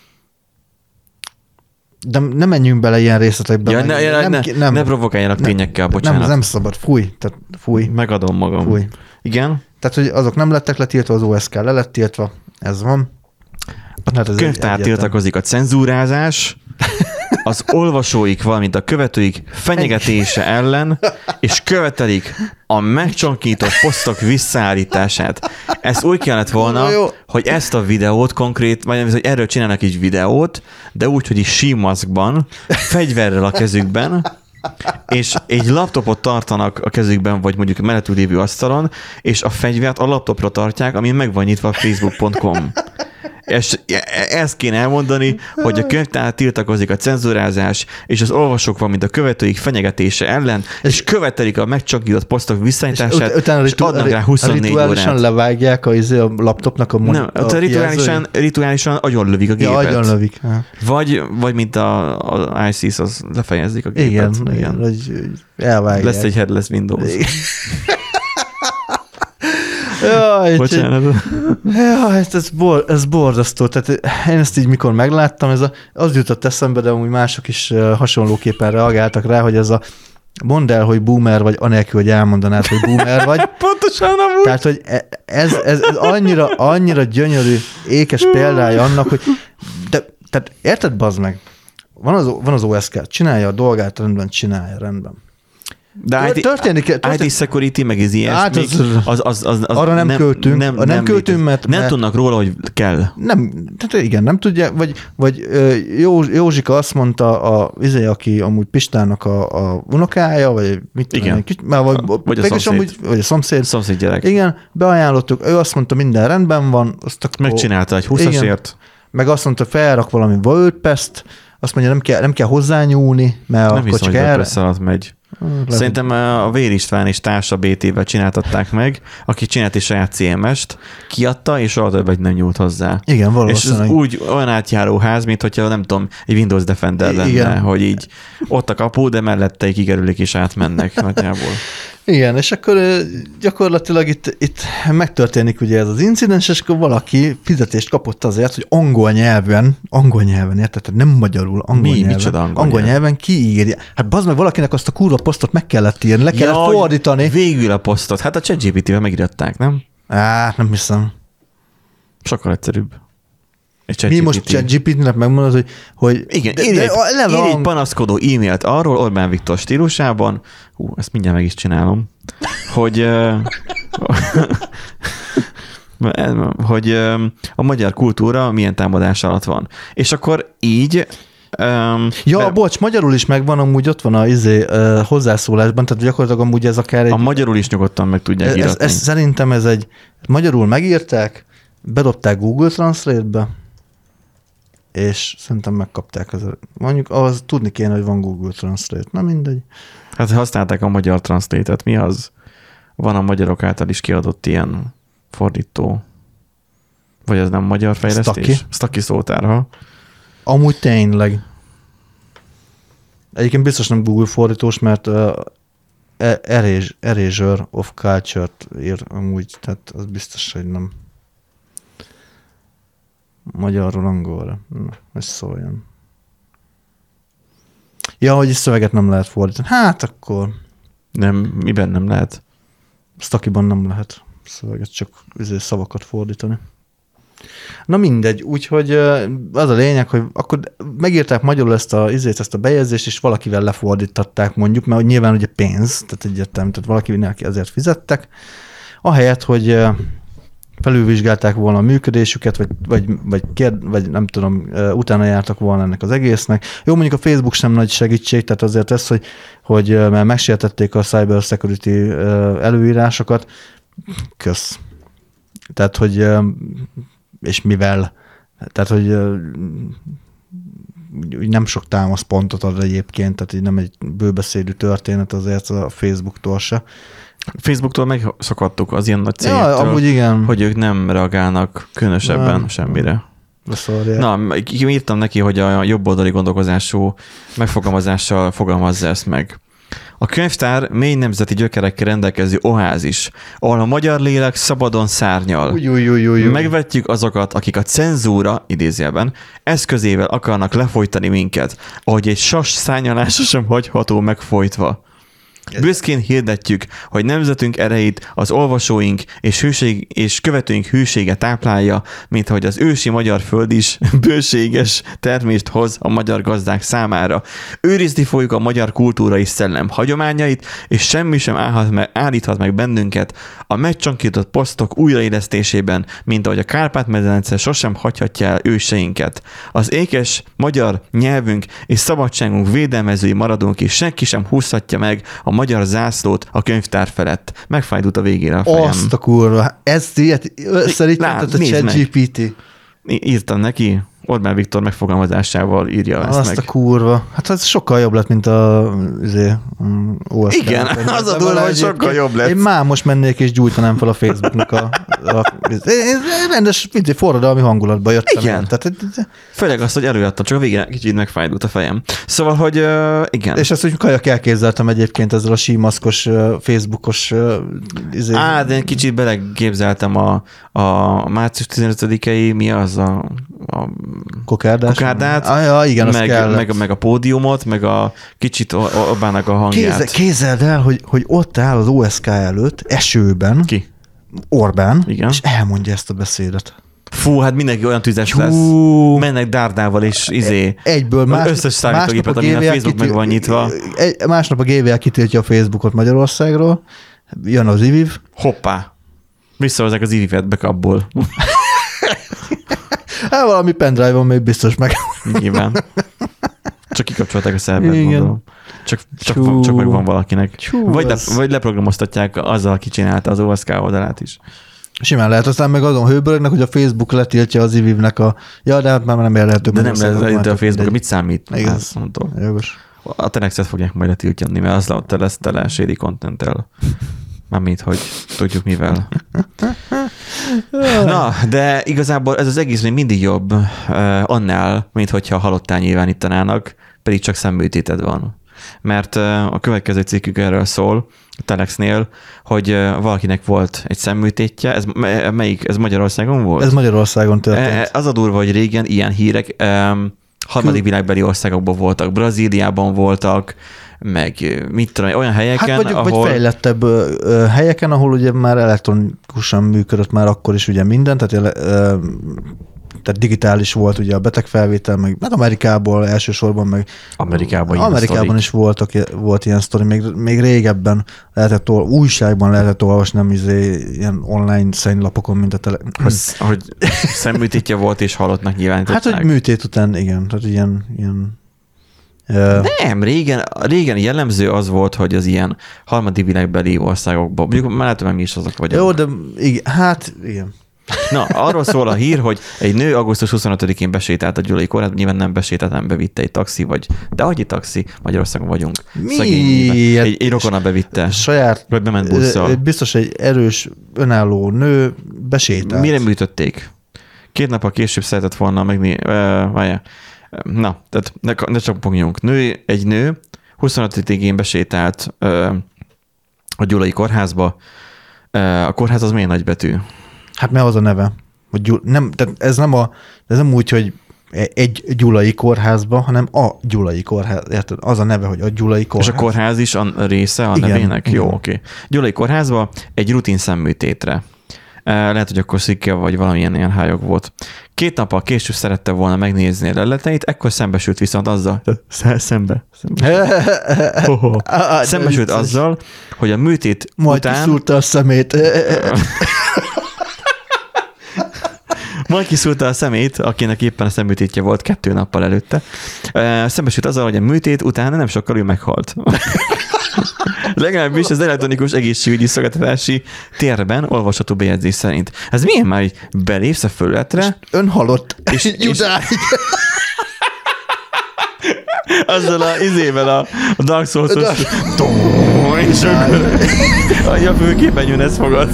De nem menjünk bele ilyen részletekbe. Ja, ne provokáljanak tényekkel, bocsánat. Nem szabad, fúj. Megadom magam. Fúj. Igen? Tehát, hogy azok nem lettek letiltva, az OSK le lett tiltva, ez van. Hát könyvtár tiltakozik a cenzúrázás, az olvasóik, valamint a követőik fenyegetése ellen, és követelik a megcsonkított posztok visszaállítását. Ez úgy kellett volna, hogy ezt a videót vagy hogy erről csinálnak egy videót, de úgy, hogy is símaszkban, fegyverrel a kezükben, és egy laptopot tartanak a kezükben, vagy mondjuk mellettül lévő asztalon, és a fegyvert a laptopra tartják, amin meg van nyitva a facebook.com. És ezt kéne elmondani, hogy a könyvtár tiltakozik a cenzúrázás, és az olvasók, valamint a követőik fenyegetése ellen, és követelik a megcsonkított posztok visszaállítását, és adnak rá 24 órát. Rituálisan levágják a laptopnak a nem, rituálisan agyonlövik a gépet. Ja, agyonlövik. Vagy mint a ISIS, az lefejezik a gépet. Igen. Hogy elvágják. Lesz egy headless Windows. Bocsánat. Ez borzasztó. Tehát én ezt így mikor megláttam, az jutott eszembe, de amúgy mások is hasonlóképpen reagáltak rá, hogy ez a mondd el, hogy boomer vagy, anélkül, hogy elmondanád, hogy boomer vagy. Pontosan amúgy. Tehát, hogy ez annyira gyönyörű, ékes példája annak, hogy tehát érted, bazd meg? Van az OSK, csinálja a dolgát, rendben. De IT security, meg ez ilyesmi, arra nem költünk. Nem tudnak róla, hogy kell. Nem tudja, vagy Józsika azt mondta, aki amúgy Pistának a unokája, vagy mit tudom, vagy a szomszéd. Vagy a szomszéd. Szomszéd gyerek. Igen, beajánlottuk, ő azt mondta, minden rendben van. Megcsinálta egy 20-asért. Meg azt mondta, felrak valami WordPress-t, azt mondja, nem kell hozzányúlni, mert nem akkor csak WordPress alatt megy. Szerintem a Vér István és társa BT-vel csináltatták meg, aki csinált egy saját CMS-t, kiadta, és arra többet nem nyújt hozzá. Igen, valószínűleg. És ez úgy olyan átjáró ház, mint hogyha nem tudom, egy Windows Defender lenne, igen. Hogy így ott a kapu, de mellette kikerülik és átmennek nagyjából. Igen, és akkor gyakorlatilag itt megtörténik ugye ez az incidens, és akkor valaki fizetést kapott azért, hogy angol nyelven, érted? Tehát nem magyarul, angol nyelven kiírja. Hát bazd meg, valakinek azt a kurva posztot meg kellett írni, le kellett fordítani. Végül a posztot. Hát a ChatGPT-vel megírták, nem? Nem hiszem. Sokkal egyszerűbb. Mi most ChatGPT-nek megmondod, hogy igen, írj egy panaszkodó e-mailt arról Orbán Viktor stílusában, ezt mindjárt meg is csinálom, hogy a magyar kultúra milyen támadás alatt van. És akkor így bocs, magyarul is megvan, amúgy ott van a hozzászólásban, tehát gyakorlatilag amúgy ez akár egy... A magyarul is nyugodtan meg tudják íratni. Szerintem magyarul megírták, bedobták Google Translate-be, és szerintem megkapták mondjuk ahhoz tudni kéne, hogy van Google Translate. Na mindegy. Hát használták a magyar translate-et. Mi az? Van a magyarok által is kiadott ilyen fordító. Vagy ez nem magyar fejlesztés? Staki szótár. Amúgy tényleg. Egyébként biztos nem Google fordítós, mert Erasure of Culture-t ír amúgy, tehát az biztos, hogy nem. Magyarról angolra. Ez szóljon. Ja, hogy is szöveget nem lehet fordítani. Hát akkor... Nem, miben nem lehet? Stakiban nem lehet szöveget, csak szavakat fordítani. Na mindegy, úgyhogy az a lényeg, hogy akkor megírták magyarul ezt a bejegyzést, és valakivel lefordítatták mondjuk, mert nyilván ugye pénz, tehát egyértelmű, tehát valakinek azért fizettek, ahelyett, hogy felülvizsgálták volna a működésüket, vagy nem tudom, utána jártak volna ennek az egésznek. Jó, mondjuk a Facebook sem nagy segítség, tehát azért ez, hogy mert megsértették a cyber security előírásokat, kösz. Tehát, hogy és mivel, tehát, hogy nem sok támaszpontot ad egyébként, tehát így nem egy bőbeszédű történet azért a Facebooktól se. Facebooktól megszakadtuk az ilyen nagy cégektől, hogy ők nem reagálnak különösebben semmire. Na, írtam neki, hogy a jobboldali gondolkozású megfogalmazással fogalmazza ezt meg. A könyvtár mély nemzeti gyökerekkel rendelkező oázis, ahol a magyar lélek szabadon szárnyal. Megvetjük azokat, akik a cenzúra, idézőjelben, eszközével akarnak lefolytani minket, ahogy egy sas szárnyalása sem hagyható megfojtva. Büszkén hirdetjük, hogy nemzetünk erejét az olvasóink és követőink hűsége táplálja, mint ahogy az ősi magyar föld is bőséges termést hoz a magyar gazdák számára. Őrizni fogjuk a magyar kultúra és szellem hagyományait, és semmi sem állíthat meg bennünket a megcsonkított posztok újraélesztésében, mint ahogy a Kárpát-medence sosem hagyhatja el őseinket. Az ékes magyar nyelvünk és szabadságunk védelmezői maradunk, és senki sem húzhatja meg a magyar zászlót a könyvtár felett. Megfájdult a végére a fejem. Azt a kurva. Ezt ilyet összerített a ChatGPT. Írtam neki, Orbán Viktor megfogalmazásával írja ezt azt meg. Azt a kurva. Hát ez sokkal jobb lett, mint a OSK. Igen, az a durva, hogy sokkal jobb lett. Én már most mennék és gyújtanám fel a Facebooknak én rendes, forradalmi hangulatba jöttem. Igen. Főleg azt, hogy előadtam, csak a végén kicsit megfájdult a fejem. Szóval, hogy igen. És ezt úgy kajak elképzeltem egyébként ezzel a símaszkos, Facebookos de én kicsit belegépzeltem a március 15-i, mi az a kokárdát, igen, meg a pódiumot, meg a kicsit Orbánnak a hangját. Képzeld el, hogy ott áll az OSK előtt, esőben, ki? Orbán, igen. És elmondja ezt a beszédet. Fú, hát mindenki olyan tüzes lesz. Mennek dárdával, és egyből összes számítógépet, amin a Facebook meg van nyitva. Másnap a GVL kitiltja a Facebookot Magyarországról, jön az IVIV. Hoppá. Visszahozzák az IVIV-et backupból. Hát valami pendrive-on még biztos meg. Nyilván. Csak kikapcsolták a szervert, gondolom. Csak meg van valakinek. Vagy leprogramoztatják azzal, aki csinálta az OSK oldalát is. Simán lehet, aztán meg azon hőbörögnek, hogy a Facebook letiltja az IVIV-nek de hát már nem elérhető. De nem lehet a Facebook, mit számít? Igaz. Jogos. A Telexet fogják majd letiltani, mert az ott lesz tele shady content-tel. Mármint, hogy tudjuk mivel. Na, de igazából ez az egész még mindig jobb annál, mint hogyha halottá nyilvánítanának, pedig csak szemműtéted van. Mert a következő cikkük erről szól, a Telexnél, hogy valakinek volt egy szemműtétje, ez Magyarországon volt? Ez Magyarországon történt. Az a durva, hogy régen ilyen hírek harmadik világbeli országokban voltak, Brazíliában voltak, meg mit tudom, olyan helyeken, vagy fejlettebb helyeken, ahol ugye már elektronikusan működött már akkor is ugye minden, tehát digitális volt ugye a betegfelvétel, meg Amerikából elsősorban, meg Amerikában is volt ilyen sztori, még régebben újságban lehetett olvasni, nem ilyen online szennylapokon, mint a hogy szemműtétje volt és halottnak nyilvánították. Hát, hogy műtét után, igen, tehát ilyen nem, régen jellemző az volt, hogy az ilyen harmadik világbeli országokban, mondjuk már látom, hogy mi is azok vagyok. Jó, de igen, hát igen. Na, arról szól a hír, hogy egy nő augusztus 25-én besétált a Gyulai Kórházba, nyilván nem besétált, nem bevitte egy taxi, de hogy egy taxi, Magyarországon vagyunk. Szegény, egy rokona bevitte. Saját, vagy bement busszal. Biztos egy erős, önálló nő besétált. Mire műtötték? 2 nappal később szeretett volna várjál. Na, tehát ne csak fogjunk. Egy nő 25-én besétált a Gyulai Kórházba. A kórház az milyen nagybetű? Hát mert az a neve. Tehát ez nem úgy, hogy egy Gyulai Kórházba, hanem a Gyulai Kórház. Érted? Az a neve, hogy a Gyulai Kórház. És a kórház is a része a nevének? Igen. Jó, oké. Gyulai Kórházba egy rutin szemműtétre. Lehet, hogy akkor szikke vagy valamilyen ilyen hályog volt. 2 nappal később szerette volna megnézni a leleteit, ekkor szembesült viszont azzal, szembesült azzal, hogy a műtét majd után... kiszúrta a szemét. Majd kiszúrta a szemét, akinek éppen a szemműtétje volt 2 nappal előtte. Szembesült azzal, hogy a műtét után nem sokkal ő meghalt. Legalábbis az elektronikus egészségügyi szolgáltatási térben olvasható bejegyzés szerint. Ez milyen már, hogy belépsz a felületre? Önhalott. És azzal a izével a Dark Souls-os és akkor a főképernyőn ezt fogad.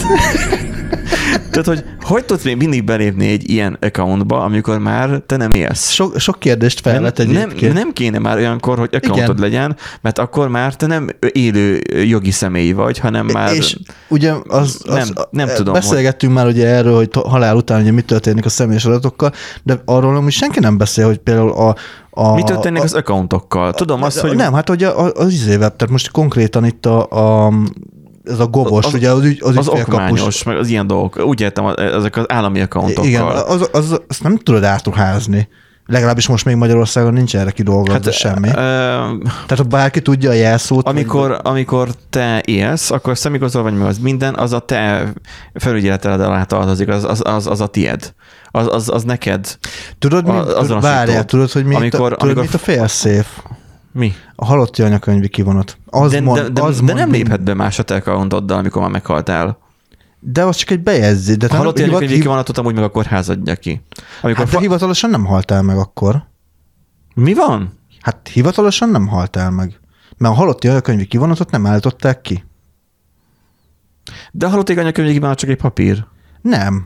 Tehát, hogy tudsz még mindig belépni egy ilyen accountba, amikor már te nem élsz? Sok kérdést felvet egyébként. Nem kéne már olyankor, hogy accountod legyen, mert akkor már te nem élő jogi személy vagy, hanem már... És ugye nem tudom, beszélgettünk már ugye erről, hogy halál után ugye mi történik a személyes adatokkal, de arról amúgy senki nem beszél, hogy például mi történik az accountokkal? Tudom azt, hogy... Nem, hát ugye az izével, tehát most konkrétan itt ez a gobos, ugye az okmányos, meg az ilyen dolgok. Úgy értem, ezek az állami accountokkal. Igen, azt nem tudod átruházni. Legalábbis most még Magyarországon nincs erre kidolgozva semmi. Tehát ha bárki tudja a jelszót... Amikor te élsz, akkor szemigazol vagy, az minden, az a te felügyeleted alá tartozik, az a tied. Az neked. Tudod, hogy mi itt a failsafe? Mi? A halotti anyakönyvi kivonat. De nem léphet be más a te accountoddal, amikor már meghaltál. De az csak egy bejegyzés. A halotti anyakönyvi kivonatot amúgy meg a kórház adja ki. De hivatalosan nem haltál meg akkor. Mi van? Hát hivatalosan nem haltál meg. Mert a halotti anyakönyvi kivonatot nem állították ki. De a halotti anyakönyvi kivonat csak egy papír. Nem.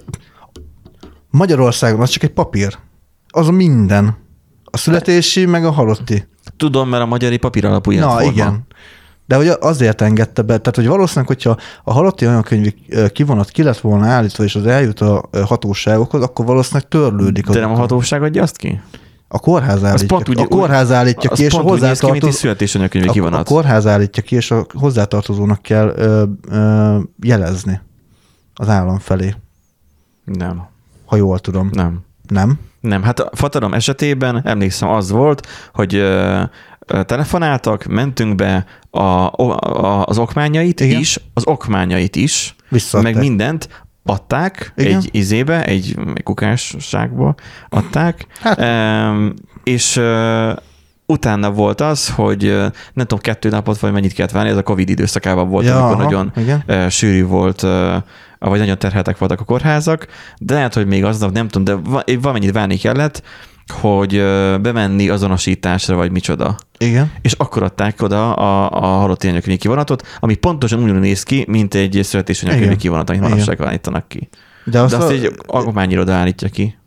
Magyarországon az csak egy papír. Az a minden. A születési, meg a halotti. Tudom, mert a magyari papír alapú életforma. Na, igen. De hogy azért engedte be, tehát hogy valószínűleg, hogyha a halotti anyakönyvi kivonat ki lett volna állítva, és az eljut a hatóságokhoz, akkor valószínűleg törlődik. De nem a hatóság adja azt ki? A kórház állítja ki, és a hozzátartozónak a kórház állítja ki, és a hozzátartozónak kell jelezni az állam felé. Nem. Ha jól tudom. Nem. Nem? Nem, hát a fatarom esetében emlékszem az volt, hogy telefonáltak, mentünk be az okmányait is, visszaadták. meg mindent adták. Igen? Egy izébe, egy kukásságba adták, hát. És utána volt az, hogy nem tudom, 2 napot vagy mennyit kellett várni, ez a Covid időszakában volt, amikor nagyon sűrű volt, vagy nagyon terheltek voltak a kórházak, de lehet, hogy még aznap nem tudom, de valamennyit várni kellett, hogy bemenni azonosításra, vagy micsoda. Igen. És akkor adták oda a halotti anyakönyvi kivonatot, ami pontosan úgy néz ki, mint egy születési anyakönyvi kivonat, amit manapság állítanak ki. De azt egy alkotmányiroda állítja ki.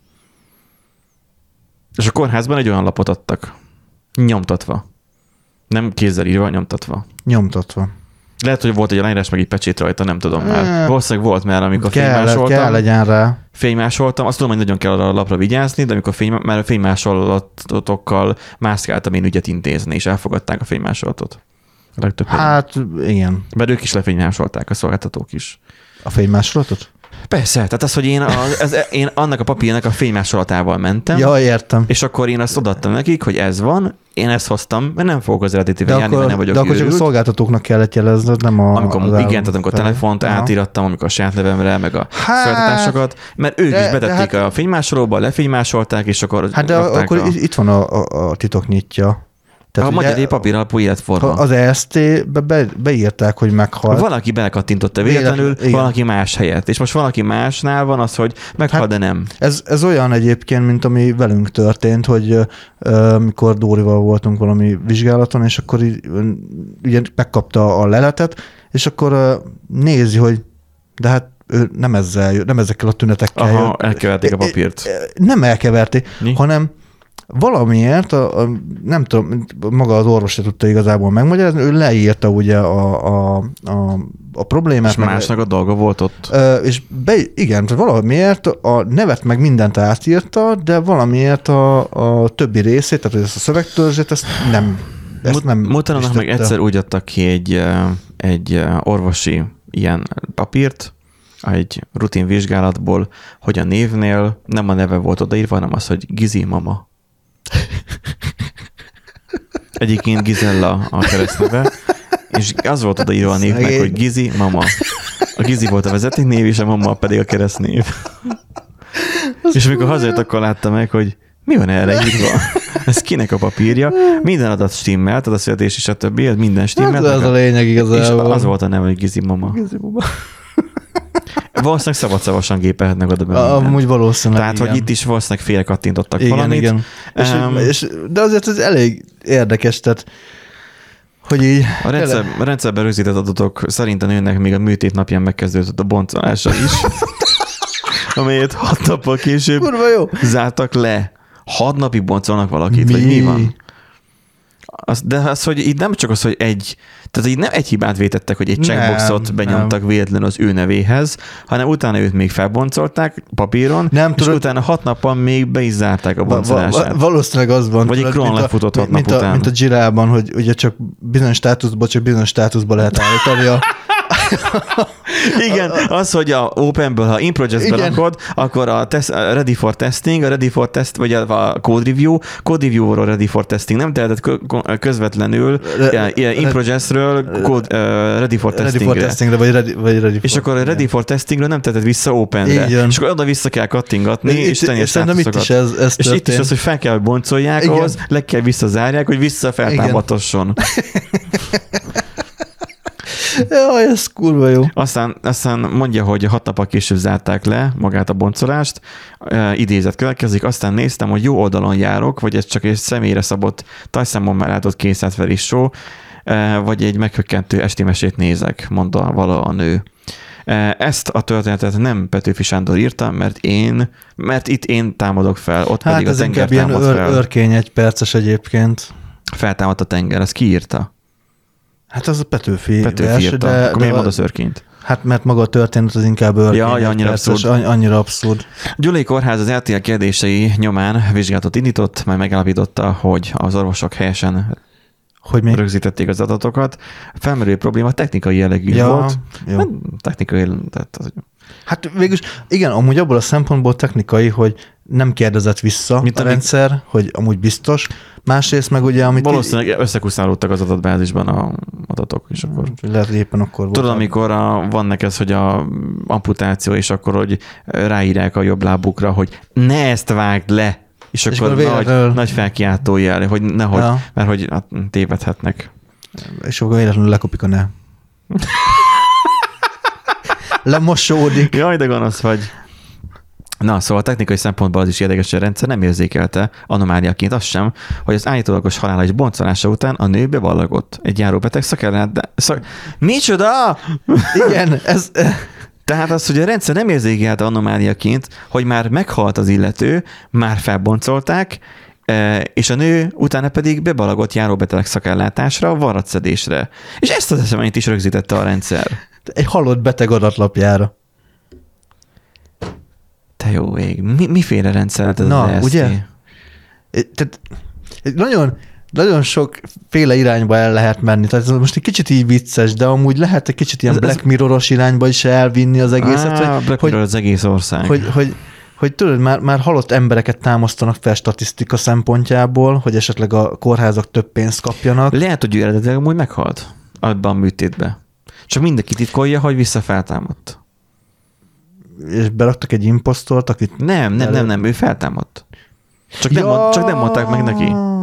És a kórházban egy olyan lapot adtak. Nyomtatva. Nem kézzel írva, nyomtatva. Nyomtatva. Lehet, hogy volt egy leírás, meg egy pecsét rajta, nem tudom már. Valószínűleg volt, mert amikor kell legyen rá. Fénymásoltam, azt tudom, hogy nagyon kell a lapra vigyázni, de amikor már a fénymásolatokkal mászkáltam én ügyet intézni, és elfogadták a fénymásolatot. Hát igen. Mert ők is lefénymásolták, a szolgáltatók is. A fénymásolatot? Persze, tehát az, hogy én annak a papírnak a fénymásolatával mentem. Ja, értem. És akkor én azt odaadtam nekik, hogy ez van, én ezt hoztam, mert nem fogok az eredetivel járni, mert nem vagyok de akkor csak a szolgáltatóknak kellett jelezned, nem igen, tehát amikor a telefont átírattam, amikor a saját nevemre, meg a szolgáltatásokat, mert ők is betették a fénymásolóba, lefénymásolták, és akkor hát de akkor itt van a titoknyitja. A magyar papír alapú életforma. Az EST-be beírták, hogy meghalt. Valaki belekattintotta véletlenül, valaki más helyett. És most valaki másnál van az, hogy meghal, de nem. Ez olyan egyébként, mint ami velünk történt, hogy mikor Dórival voltunk valami vizsgálaton, és akkor ugye megkapta a leletet, és akkor nézi, hogy de hát ő nem ezekkel a tünetekkel jött. Elkeverték a papírt. Nem elkeverték, hanem valamiért, nem tudom, maga az orvos se tudta igazából megmagyarázni, ő leírta ugye a problémát. És másnak a dolga volt ott. És igen, valamiért a nevet meg mindent átírta, de valamiért a többi részét, tehát ezt a szövegtörzsét, ezt nem Mutanak meg egyszer úgy adtak ki egy orvosi ilyen papírt, egy rutin vizsgálatból, hogy a névnél nem a neve volt odaírva, hanem az, hogy Gizi mama. Egyébként Gizella a keresztneve, és az volt odaírva a névnek, hogy Gizi mama. A Gizi volt a vezetéknév, és a mama pedig a keresztnév. És amikor hazajött, akkor látta meg, hogy mi van erre írva? Ez kinek a papírja? Minden adat stimmelt, a születés és a többi, minden stimmelt. Ez a lényeg igazából. És az volt a neve, hogy Gizi mama. Gizi mama. Valószínűleg szabad-szavasan gépelhetnek oda be mindent. Amúgy valószínűleg. Tehát, hogy itt is valószínűleg félrekattintottak igen, valamit. Igen. De azért ez elég érdekes, tehát hogy így... A rendszerben rögzített adatok szerint a nőnek még a műtét napján megkezdődött a boncolása is, amelyet 6 nappal később zártak le. 6 napig boncolnak valakit, vagy mi van? De az, hogy itt nem csak az, hogy tehát így nem egy hibát vétettek, hogy egy checkboxot benyomtak véletlenül az ő nevéhez, hanem utána őt még felboncolták papíron, és utána 6 nappal még be is zárták a boncolását. Valószínűleg az van. Vagy egy Kron lefutott 6 nap után. Mint a Girában, hogy ugye csak bizonyos státuszba lehet állítani Igen, az, hogy a Openből, ha InProject-be rakod, akkor a Ready for Testing, a Ready for Test, vagy a Code Review-ról Ready for Testing nem tehetett közvetlenül InProject-ről Ready for Testingre. Vagy és akkor a Ready for Testingről nem tehetett vissza Openre. És akkor oda vissza kell kattingatni, és tenni a státuszokat. És itt is az, hogy fel kell, hogy boncolják ahhoz, le kell visszazárják, hogy vissza feltámadhasson. Jaj, ez kurva jó. Aztán mondja, hogy 6 nappal később zárták le magát a boncolást, idézet következik, aztán néztem, hogy jó oldalon járok, vagy ez csak egy személyre szabott tajszámon már látott készletfelis show, vagy egy meghökkentő esti mesét nézek, mondta vala a nő. Ezt a történetet nem Petőfi Sándor írta, mert itt én támadok fel, ott pedig a tenger támad fel. Ilyen örkény egy perces egyébként. Feltámadt a tenger, ezt ki írta? Hát az a Petőfi vers, írta. Akkor miért mondasz örkényt? Hát mert maga a történet az inkább örkény. Ja, annyira abszurd. Gyulai Kórház az RTL kérdései nyomán vizsgálatot indított, majd megállapította, hogy az orvosok helyesen rögzítették az adatokat. Felmerülő probléma technikai jellegű volt. Hát, technikai, tehát hát végülis, igen, amúgy abból a szempontból technikai, hogy nem kérdezett vissza a rendszer, hogy amúgy biztos. Másrészt meg ugye, amit... Valószínűleg összekuszálódtak az adatbázisban a adatok, és akkor... Lehet, hogy éppen akkor volt. Tudod, amikor van neked ez, hogy a amputáció, és akkor, hogy ráírják a jobb lábukra, hogy ne ezt vágd le, és akkor nagy felkiáltó jel, hogy nehogy, mert hogy tévedhetnek. És akkor véletlenül lekopik a ne. Lemosódik. Jaj, de gonosz vagy. Na, szóval technikai szempontból az is érdekes, hogy a rendszer nem érzékelte anomáliaként azt sem, hogy az állítólagos halálos boncolása után a nő bevallagott. Egy járóbeteg Micsoda? Igen, ez... Tehát az, hogy a rendszer nem érzékelte anomáliaként, hogy már meghalt az illető, már felboncolták, és a nő utána pedig beballagott járóbeteg szakellátásra, varratszedésre. És ezt az eseményt is rögzítette a rendszer. Egy halott beteg adatlapjára. Te jó ég. Miféle rendszeret ez az EST? Ugye? Tehát nagyon sokféle irányba el lehet menni. Tehát ez most egy kicsit így vicces, de amúgy lehet egy kicsit ilyen Black Mirror-os irányba is elvinni az egészet. Black Mirror az egész ország. Hogy tudod, már halott embereket támasztanak fel statisztika szempontjából, hogy esetleg a kórházak több pénzt kapjanak. Lehet, hogy ő eredetileg amúgy meghalt abban a műtétbe. Csak mindenki titkolja, hogy visszafeltámadt. És beraktak egy imposztort, akit... Nem, ő feltámadt. Csak nem mondták meg neki.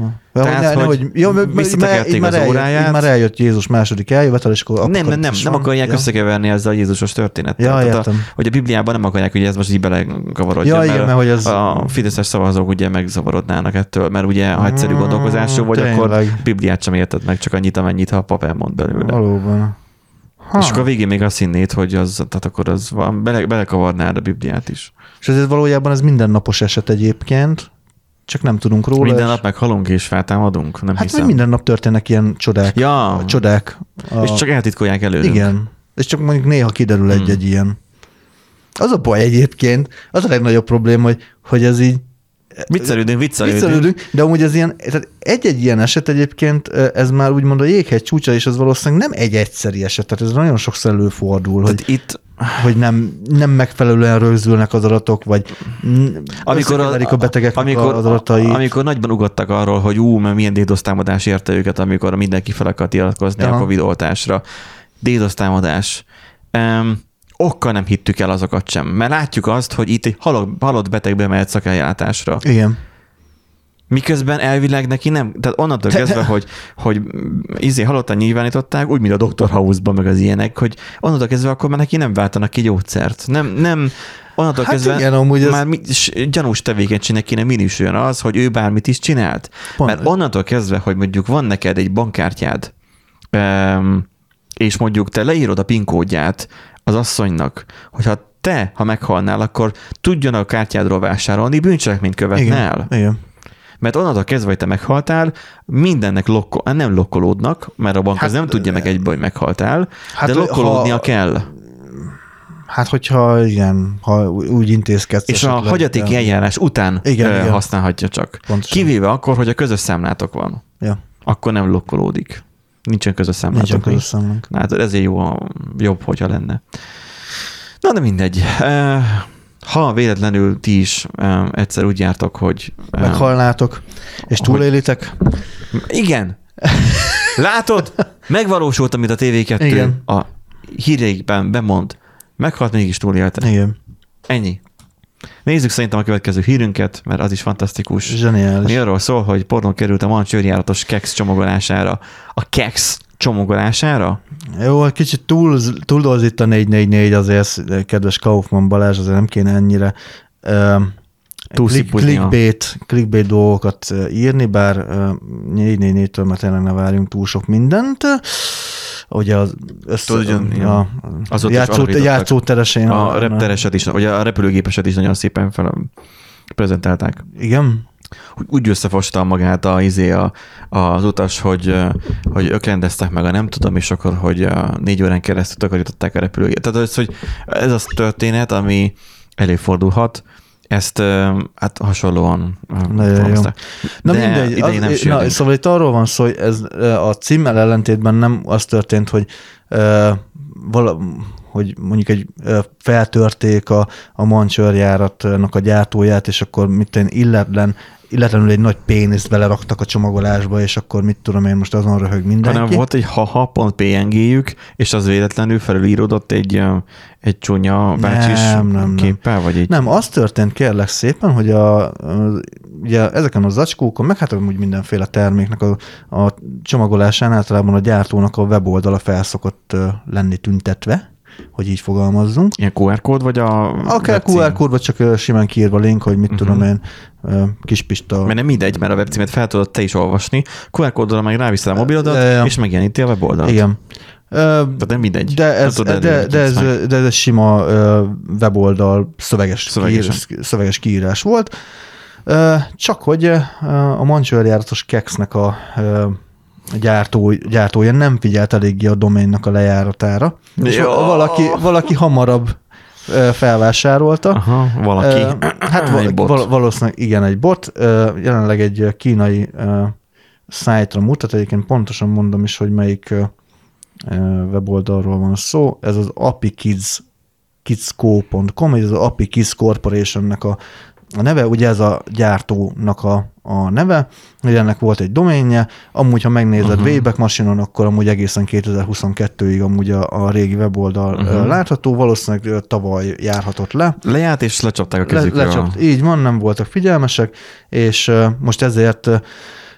visszatekerték az óráját. Így már eljött Jézus második eljövetel, és akkor Nem akarják összekeverni ezzel a Jézusos történettel. Ja, értem. Hogy a Bibliában nem akarják, hogy ez most így belekavarodjon, mert hogy ez... a fideszes szavazók ugye megzavarodnának ettől, mert ugye ha egyszerű gondolkozású vagy, akkor Bibliát sem érted meg, csak annyit, amennyit, ha a pap elmond belőle. Valóban. És akkor a végén még azt hinnéd, hogy tehát akkor az van, belekavarnád a Bibliát is. És ezért valójában ez mindennapos eset egyébként, csak nem tudunk róla. Minden nap meghalunk és feltámadunk? Nem hiszem. Hát minden nap történnek ilyen csodák. Ja. Csodák. És csak eltitkolják előlünk. Igen. És csak mondjuk néha kiderül egy ilyen. Az a baj egyébként, az a legnagyobb probléma, hogy ez így Viccelődünk, de amúgy ez ilyen, tehát egy-egy ilyen eset egyébként, ez már úgymond a jéghegy csúcsa, és ez valószínűleg nem egy egyszeri eset, tehát ez nagyon sokszor előfordul, hogy nem megfelelően rögzülnek az adatok, vagy összekeverik a betegeknek az adatai. Amikor nagyban ugattak arról, hogy mert milyen DDoS támadás érte őket, amikor mindenki fel akart iratkozni a Covid oltásra. DDoS támadás. Okkal nem hittük el azokat sem, mert látjuk azt, hogy itt egy halott betegbe mehet szakellátásra. Igen. Miközben elvileg neki nem, tehát onnantól kezdve, hogy halottan nyilvánították, úgy, mint a Dr. House-ban, meg az ilyenek, hogy onnantól kezdve akkor már neki nem váltanak ki gyógyszert. Nem onnantól kezdve igen, már gyanús tevékenységnek kéne minősüljön az, hogy ő bármit is csinált. Mert onnantól kezdve, hogy mondjuk van neked egy bankkártyád, és mondjuk te leírod a PIN kódját az asszonynak, hogyha ha meghalnál, akkor tudjon a kártyádról vásárolni, bűncselekményt követne el. Igen. Mert onnantól kezdve, hogy te meghaltál, mindennek nem lokkolódnak, mert a bank az nem tudja meg egyből, hogy meghaltál, de lokkolódnia kell. Hát, hogyha ha úgy intézkedsz. És a hagyatéki eljárás után használhatja csak. Pontosan. Kivéve akkor, hogy a közös számlátok van. Ja. Akkor nem lokkolódik. Nincsen közös számlátok. Nincsen közös számlánk. Hát ezért jobb, hogyha lenne. Na, de mindegy. Ha véletlenül ti is egyszer úgy jártok, hogy... meghalnátok, és túlélitek. Igen. Látod? Megvalósult, amit a TV2 igen. A híreikben bemond. Meghalt, mégis túlélte. Igen. Ennyi. Nézzük szerintem a következő hírünket, mert az is fantasztikus. Zseniális. Mi arról szól, hogy pornó került a mancsőrjáratos keks csomagolására. A keks csomagolására? Jó, kicsit túldoz itt a 444 azért, kedves Kaufmann Balázs, azért nem kéne ennyire clickbait dolgokat írni, bár 444-től már tényleg ne várjunk túl sok mindent. Ugye az játszóteresén. A reptereset is, ugye a repülőgépeset is nagyon szépen prezentálták. Igen. Úgy összefosta magát az utas, hogy öklendeztek meg a nem tudom, és akkor, hogy 4 órán keresztül takarították a repülőgépet. Tehát az, hogy ez az történet, ami előfordulhat, ezt hát hasonlóan hozták. Na mindegy, szóval itt arról van szó, hogy ez a címmel ellentétben nem az történt, hogy mondjuk feltörték a mancsőrjáratnak a gyártóját, és akkor illetlenül egy nagy péniszt beleraktak a csomagolásba, és akkor mit tudom én, most azon röhög mindenki. Hanem volt egy haha.png-jük, és az véletlenül felülíródott egy csúnya bácsis képpel, vagy egy... Nem, az történt kérlek szépen, hogy ugye ezeken a zacskókon, meg hát úgy mindenféle terméknek a csomagolásán általában a gyártónak a weboldala felszokott lenni tüntetve, hogy így fogalmazzunk. Ilyen QR kód, vagy akár QR kód, vagy csak simán kiírva link, hogy mit tudom én, Kispista. Mert nem mindegy, mert a webcímet fel tudod te is olvasni, QR kóddal meg ráviszed a mobilodat, és megjeleníti a weboldalt. Igen. Tehát nem mindegy. De ez sima weboldal szöveges kiírás volt. Csak hogy a mancsőrjáratos keksznek a gyártója nem figyelt eléggé a domainnak a lejáratára. És valaki hamarabb felvásárolta. Aha, valaki. Hát valószínűleg igen, egy bot. Jelenleg egy kínai szájtra mutat, egyébként pontosan mondom is, hogy melyik weboldalról van szó. Ez az apikids.com, ez az Api Kids Corporationnek a neve, ugye ez a gyártónak a neve, ugye ennek volt egy doménje, amúgy, ha megnézed Wayback Machine-on, akkor amúgy egészen 2022-ig amúgy a régi weboldal látható, valószínűleg tavaly járhatott le. Lejárt és lecsapták a kezükről. Így van, nem voltak figyelmesek, és most ezért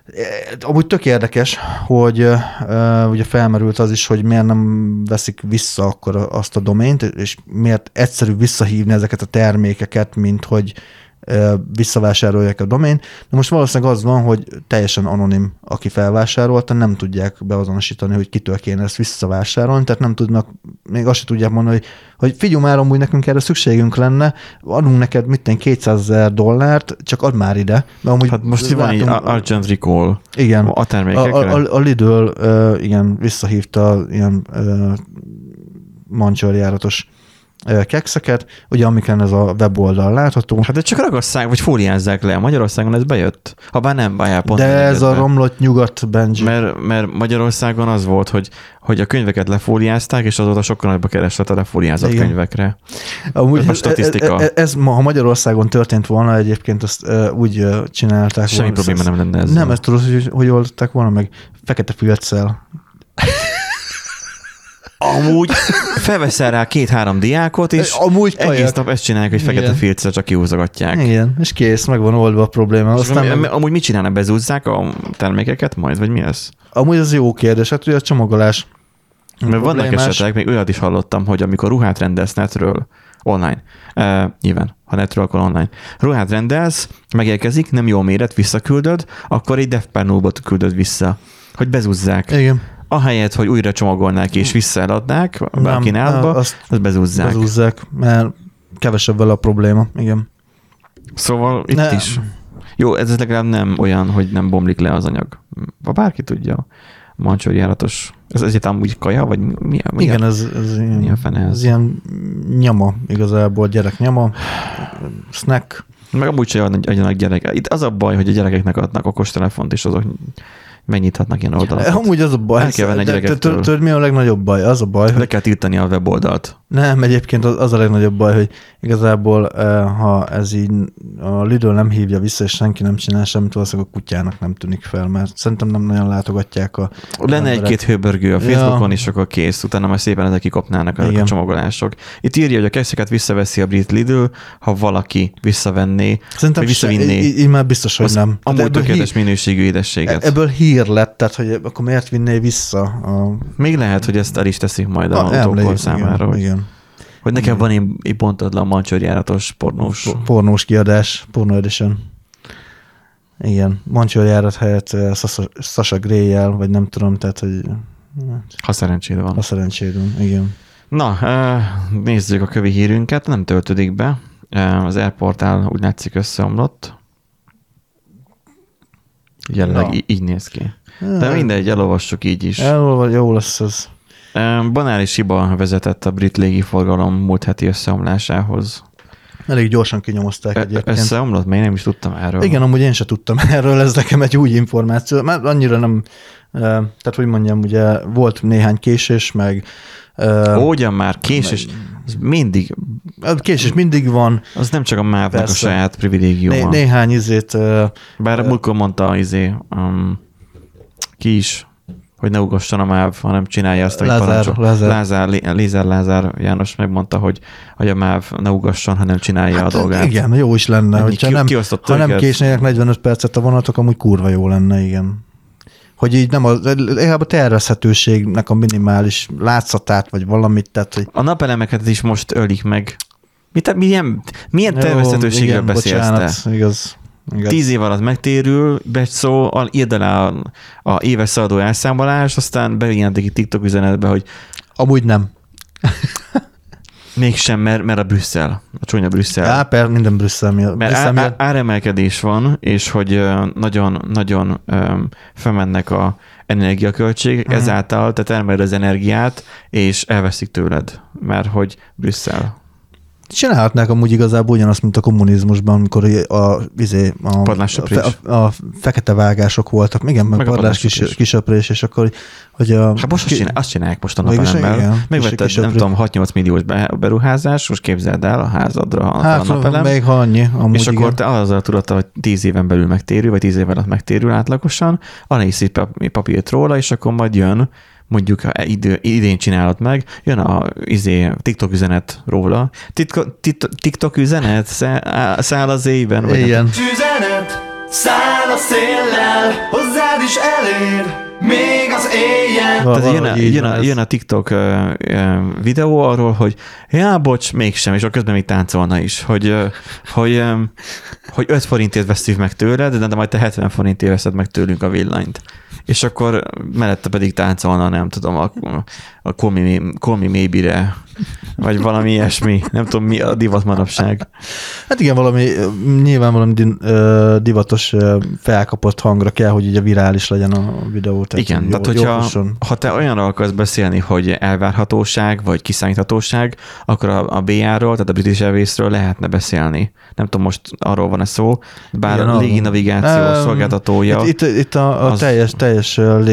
Amúgy tök érdekes, hogy ugye felmerült az is, hogy miért nem veszik vissza akkor azt a domént, és miért egyszerű visszahívni ezeket a termékeket, mint hogy visszavásárolják a domént. De most valószínűleg az van, hogy teljesen anonim, aki felvásárolta, nem tudják beazonosítani, hogy kitől kéne ezt visszavásárolni, tehát nem tudnak, még azt se tudják mondani, hogy figyelj már, amúgy nekünk erre szükségünk lenne, adunk neked $200,000, csak add már ide. Amúgy hát most van egy urgent recall igen, a termékekre. A Lidl igen, visszahívta ilyen mancsőrjáratos kekszeket, ugye amiken ez a weboldal látható. Hát de csak ragasszák, vagy fóliázzák le. Magyarországon ez bejött. Habár nem bajál pont. De ez a romlott nyugat, Benji. Mert Magyarországon az volt, hogy a könyveket lefóliázták, és azóta sokkal nagyba kereslet a lefóliázott könyvekre. Amúgy ez a statisztika. Ez ha Magyarországon történt volna, egyébként azt úgy csinálták semmi volna. probléma nem lenne ezzel. Nem, ezt tudod, hogy oldották volna meg fekete filccel. Amúgy felveszel rá 2-3 diákot, és amúgy egész nap ezt csinálják, hogy fekete filccel csak kihúzogatják. Igen, és kész, meg van oldva a probléma. Aztán amúgy mit csinálnak? Bezúzzák a termékeket majd, vagy mi ez? Amúgy ez jó kérdés, hát ugye a csomagolás. Mert vannak esetek, még olyat is hallottam, hogy amikor ruhát rendelsz netről, online, nyilván, ha netről, akkor online. Ruhát rendelsz, megérkezik, nem jó méret, visszaküldöd, akkor egy DevPanel-bot küldöd vissza, hogy bezúzzák. Igen. Ahelyett, hogy újra csomagolnák és visszaeladnák a kínálatba, azt bezúzzák. Bezúzzák, mert kevesebb vele a probléma, igen. Szóval itt is. Jó, ez legalább nem olyan, hogy nem bomlik le az anyag. Ha bárki tudja, mancsőrjáratos. Ez egyáltalán úgy kaja, vagy mi? Igen, ez mi a fene ez? Ez ilyen nyama, igazából gyerek nyama, snack. Meg amúgy se adjanak gyerek. Itt az a baj, hogy a gyerekeknek adnak okostelefont, és azok megnyithatnak ilyen oldalakat. Amúgy az a baj. El kell venni a gyerekektől. Tudod, mi a legnagyobb baj? Az a baj, hogy... Le kell tiltani a weboldalt. Nem, egyébként az a legnagyobb baj, hogy igazából, ha ez így a Lidl nem hívja vissza, és senki nem csinál semmit, valószínűleg a kutyának nem tűnik fel, mert szerintem nem nagyon látogatják a lenne egy-két hőbörgő a Facebookon, és akkor kész, utána majd szépen ezek kikopnának a csomagolások. Itt írja, hogy a kekszeket visszaveszi a brit Lidl, ha valaki visszavenné, szerintem vagy visszavinné. Így már biztos, hogy nem. Amúgy tökéletes minőségű édességet. Ebből hír lett, tehát hogy akkor miért vinné vissza? Még lehet, hogy ezt el is teszik majd a autókor számára. Igen. Hogy nekem van egy pontatlan mancsőrjáratos pornós kiadás, porno edition. Igen, mancsőrjárat helyett Sasha Grey-jel, vagy nem tudom, tehát, hogy... Ha szerencséd van. Ha szerencséd van, igen. Na, nézzük a kövi hírünket, nem töltődik be. Az Airportál úgy látszik összeomlott. Jelenleg így néz ki. De mindegy, elolvassuk így is. Jó lesz ez. Banális hiba vezetett a brit légiforgalom múlt heti összeomlásához. Elég gyorsan kinyomozták egyébként. Összeomlott? Még nem is tudtam erről. Igen, amúgy én sem tudtam erről, ez nekem egy új információ. Már annyira nem, tehát hogy mondjam, ugye volt néhány késés, meg... Ugyan már, késés, mindig... Késés mindig van. Az nem csak a MÁV-nak a saját privilégiuma. Néhány izét... Bár múltkor mondta ki is, hogy ne ugasson a MÁV, hanem csinálja azt, amit parancsol. Lázár János megmondta, hogy a MÁV ne ugasson, hanem csinálja a dolgát. Igen, jó is lenne, hogyha nem késnének 45 percet a vonatok, amúgy kurva jó lenne, igen. Hogy így nem a tervezhetőségnek a minimális látszatát, vagy valamit, tehát, hogy... A napelemeket is most ölik meg. Milyen tervezhetőségről beszélsz te? Igaz. 10 év alatt megtérül, szó, írd alá a éves szaladó elszámolást, aztán bejelentik egy TikTok üzenetbe, hogy amúgy nem. Mégsem, mert a Brüsszel, a csúnya Brüsszel. Minden Brüsszel miatt. Mert áremelkedés van, és hogy nagyon felmennek a energiaköltségek, ezáltal te termeled az energiát, és elveszik tőled, mert hogy Brüsszel. Csinálhatnák amúgy igazából ugyanazt, mint a kommunizmusban, amikor a fekete vágások voltak. Igen, meg padlás kisöprés, és akkor, hogy hát most azt csinálják most a napelemmel. Megvetted, nem tudom, 6-8 milliós beruházás, most képzeld el a házadra a napelem. Még ha annyi. És akkor te azzal tudod, hogy 10 éven belül megtérül, vagy 10 év alatt megtérül átlagosan, annyi is szép papírt róla, és akkor majd jön, mondjuk ha idén csinálod meg, jön a TikTok üzenet róla. TikTok üzenet száll az éjben. Igen. Üzenet Száll a széllel, hozzád is elér, még az éjjel. Tehát jön a TikTok videó arról, hogy bocs, mégsem, és közben még táncolna is, hogy 5 forintért vesztük meg tőled, de majd te 70 forintért veszed meg tőlünk a villanyt. És akkor mellette pedig táncolna, nem tudom, a Call Me Maybe-re, vagy valami ilyesmi. Nem tudom, mi a divat manapság. Hát igen, nyilván valami divatos felkapott hangra kell, hogy ugye virális legyen a videó. Igen, tehát hogyha te olyanra akarsz beszélni, hogy elvárhatóság, vagy kiszámíthatóság, akkor a BR-ról, tehát a British Airways-ről lehetne beszélni. Nem tudom, most arról van-e szó, bár igen, a légi navigáció szolgáltatója. Itt a teljes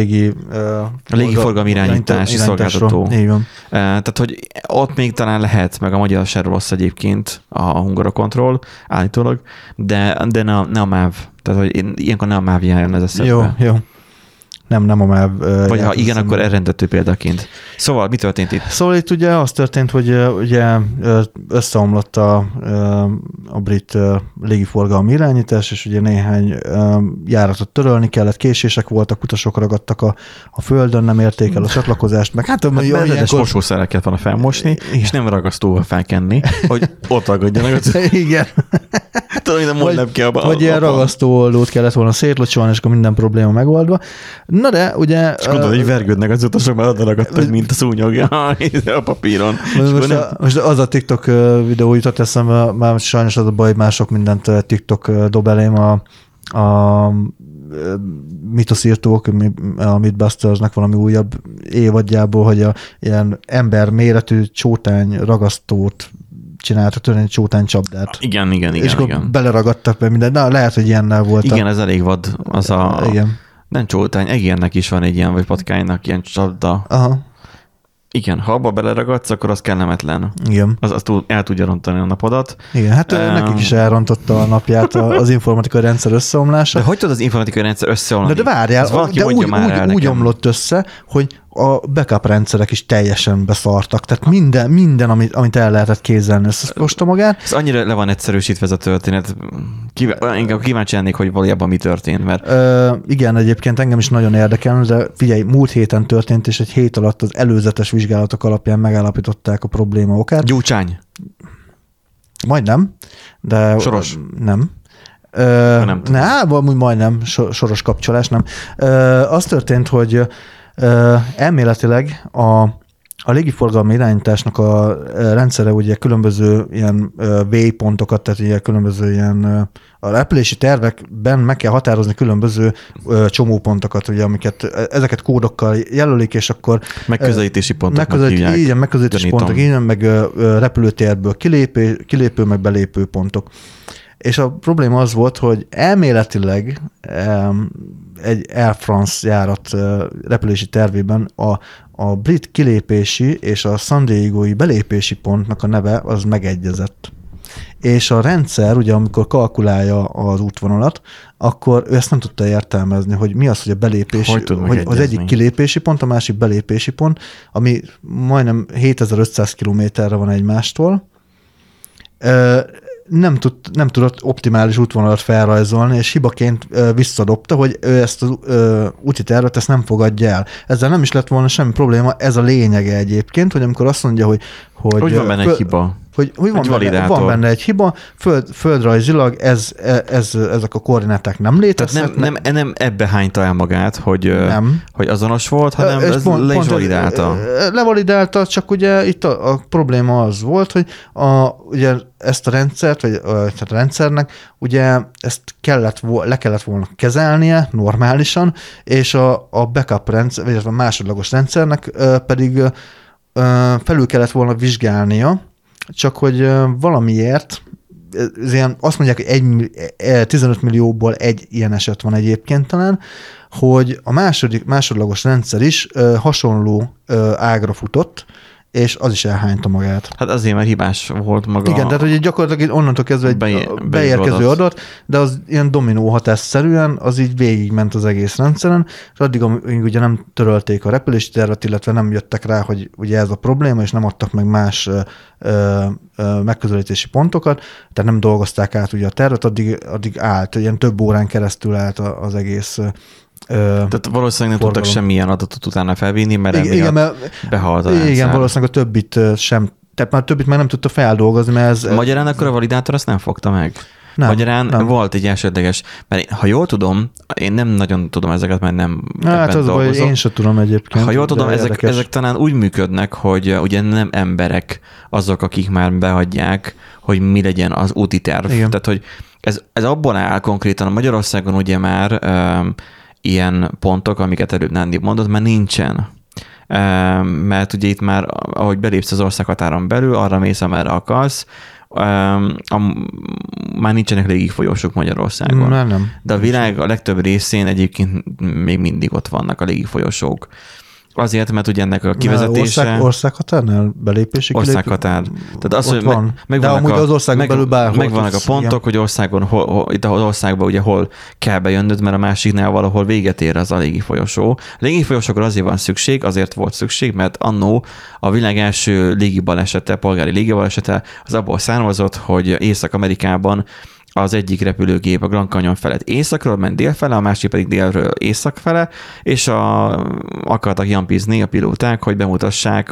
légi forgalmi irányítási szolgáltató. Tehát, hogy ott még talán lehet, meg a magyar se rossz egyébként a Hungarocontrol állítólag, de ne a MÁV. Tehát, hogy ilyenkor ne a MÁV járjon ez eszembe. Jó. Nem a MÁV. Vagy ha igen, akkor elrendettő példaként. Szóval mi történt itt? Szóval itt ugye az történt, hogy ugye összeomlott a brit légiforgalmi irányítás, és ugye néhány járatot törölni kellett, késések voltak, utasok ragadtak a földön, nem érték el a csatlakozást, meg hát rendes mosószerrel kellett volna felmosni, és nem ragasztóval felkenni, hogy ott ragadjanak. Igen. Tudom, vagy ilyen ragasztóoldót kellett volna szétlocsolni, és akkor minden probléma megoldva. Na de, ugye... És gondolod, hogy vergődnek az utasok, mert oda ragadtak, mint a szúnyog a papíron. Most az a TikTok videó jutott eszembe, már sajnos az a baj, már sok mindent TikTok dob elém a mitoszírtók, a Mythbustersnek valami újabb évadjából, hogy ilyen ember méretű csótány ragasztót csináltak tőle egy csótánycsapdát. Igen. És akkor beleragadtak be minden. Na, lehet, hogy ilyennel volt. Igen, ez elég vad. Igen. Nem csótány, egérnek is van egy ilyen, vagy patkánynak ilyen csapda. Aha. Igen, ha abba beleragadsz, akkor az kellemetlen. Igen. Az el tudja rontani a napodat. Igen, hát nekik is elrontotta a napját az informatikai rendszer összeomlása. De hogy tud az informatikai rendszer összeomlani? De várjál, de úgy omlott össze, hogy a backup rendszerek is teljesen beszartak. Tehát minden amit el lehetett kézzelni, összeszkosta magát. Ez annyira le van egyszerűsítve ez a történet. Inkább kíváncsi lennék, hogy valójában mi történt. Mert... Igen, egyébként engem is nagyon érdekel, de figyelj, múlt héten történt, és egy hét alatt az előzetes vizsgálatok alapján megállapították a probléma okát. Gyurcsány. Majdnem, de... Soros. Nem. Amúgy majdnem soros kapcsolás, nem. Az történt, hogy elméletileg a légiforgalmi irányításnak a rendszere ugye különböző ilyen waypontokat, tehát ugye különböző ilyen a repülési tervekben meg kell határozni különböző csomópontokat, ugye, amiket ezeket kódokkal jelölik, és akkor megközelítési pontok. Igen, megközelítési pontok, igen, meg repülőtérből kilépő, meg belépő pontok. És a probléma az volt, hogy elméletileg egy Air France járat repülési tervében a brit kilépési és a San Diego-i belépési pontnak a neve az megegyezett. És a rendszer, ugye amikor kalkulálja az útvonalat, akkor ő ezt nem tudta értelmezni, hogy mi az, hogy a belépési, hogy az egyik kilépési pont, a másik belépési pont, ami majdnem 7500 kilométerre van egymástól, nem tudott optimális útvonalat felrajzolni, és hibaként visszadobta, hogy ő ezt az úti tervet ezt nem fogadja el. Ezzel nem is lett volna semmi probléma, ez a lényege egyébként, hogy amikor azt mondja, hogy van benne egy hiba. Hogy van benne egy hiba, földrajzilag ezek a koordináták nem léteznek. Tehát nem ebbe hányta el magát, hogy azonos volt, hanem ez le is validálta. Levalidálta, csak ugye itt a probléma az volt, hogy ugye ezt a rendszert, vagy a rendszernek ugye ezt le kellett volna kezelnie normálisan, és a backup rendszer, vagy a másodlagos rendszernek pedig felül kellett volna vizsgálnia, csak hogy valamiért, azt mondják, hogy 15 millióból egy ilyen eset van egyébként talán, hogy a másodlagos rendszer is hasonló ágra futott, és az is elhányta magát. Hát azért, mert hibás volt maga. Igen, tehát hogy gyakorlatilag onnantól kezdve egy beérkező adat, de az ilyen dominó hatásszerűen az így végigment az egész rendszeren, és addig, amíg ugye nem törölték a repülési tervet, illetve nem jöttek rá, hogy ugye ez a probléma, és nem adtak meg más megközelítési pontokat, tehát nem dolgozták át ugye a tervet, addig állt, ilyen több órán keresztül állt az egész tehát valószínűleg nem tudtak semmilyen adatot utána felvinni, mert behalt a rendszer. Igen, valószínűleg a többit tehát már többit már nem tudta feldolgozni, mert ez... Magyarán akkor a validátor azt nem fogta meg? Nem, Magyarán nem. Volt egy elsődleges, mert ha jól tudom, én nem nagyon tudom ezeket, mert nem hát az baj, én sem tudom egyébként. Ha jól tudom, ezek talán úgy működnek, hogy ugye nem emberek azok, akik már beadják, hogy mi legyen az úti terv. Igen. Tehát, hogy ez abból áll konkrétan, Magyarországon ugye már ilyen pontok, amiket előbb Nándi mondott, már nincsen. Mert ugye itt már, ahogy belépsz az országhatáron belül, arra mész, amerre akarsz, már nincsenek légifolyósok Magyarországon. Nem. De a világ a legtöbb részén egyébként még mindig ott vannak a légifolyosók. Azért, mert ugye ennek a kivezetése... Országhatárnál belépési országhatár. Tehát az, hogy van. De amúgy az országon belül bárhol. Megvannak a pontok, igen. Hogy országon, itt az országban ugye hol kell bejönnöd, mert a másiknál valahol véget ér az a légifolyosó. A légifolyosokra azért van szükség, azért volt szükség, mert annó a világ első légibalesete, polgári légibalesete az abból származott, hogy Észak-Amerikában az egyik repülőgép a Grand Canyon felett északról ment délfele, a másik pedig délről észak fele, és akartak jampizni a pilóták, hogy bemutassák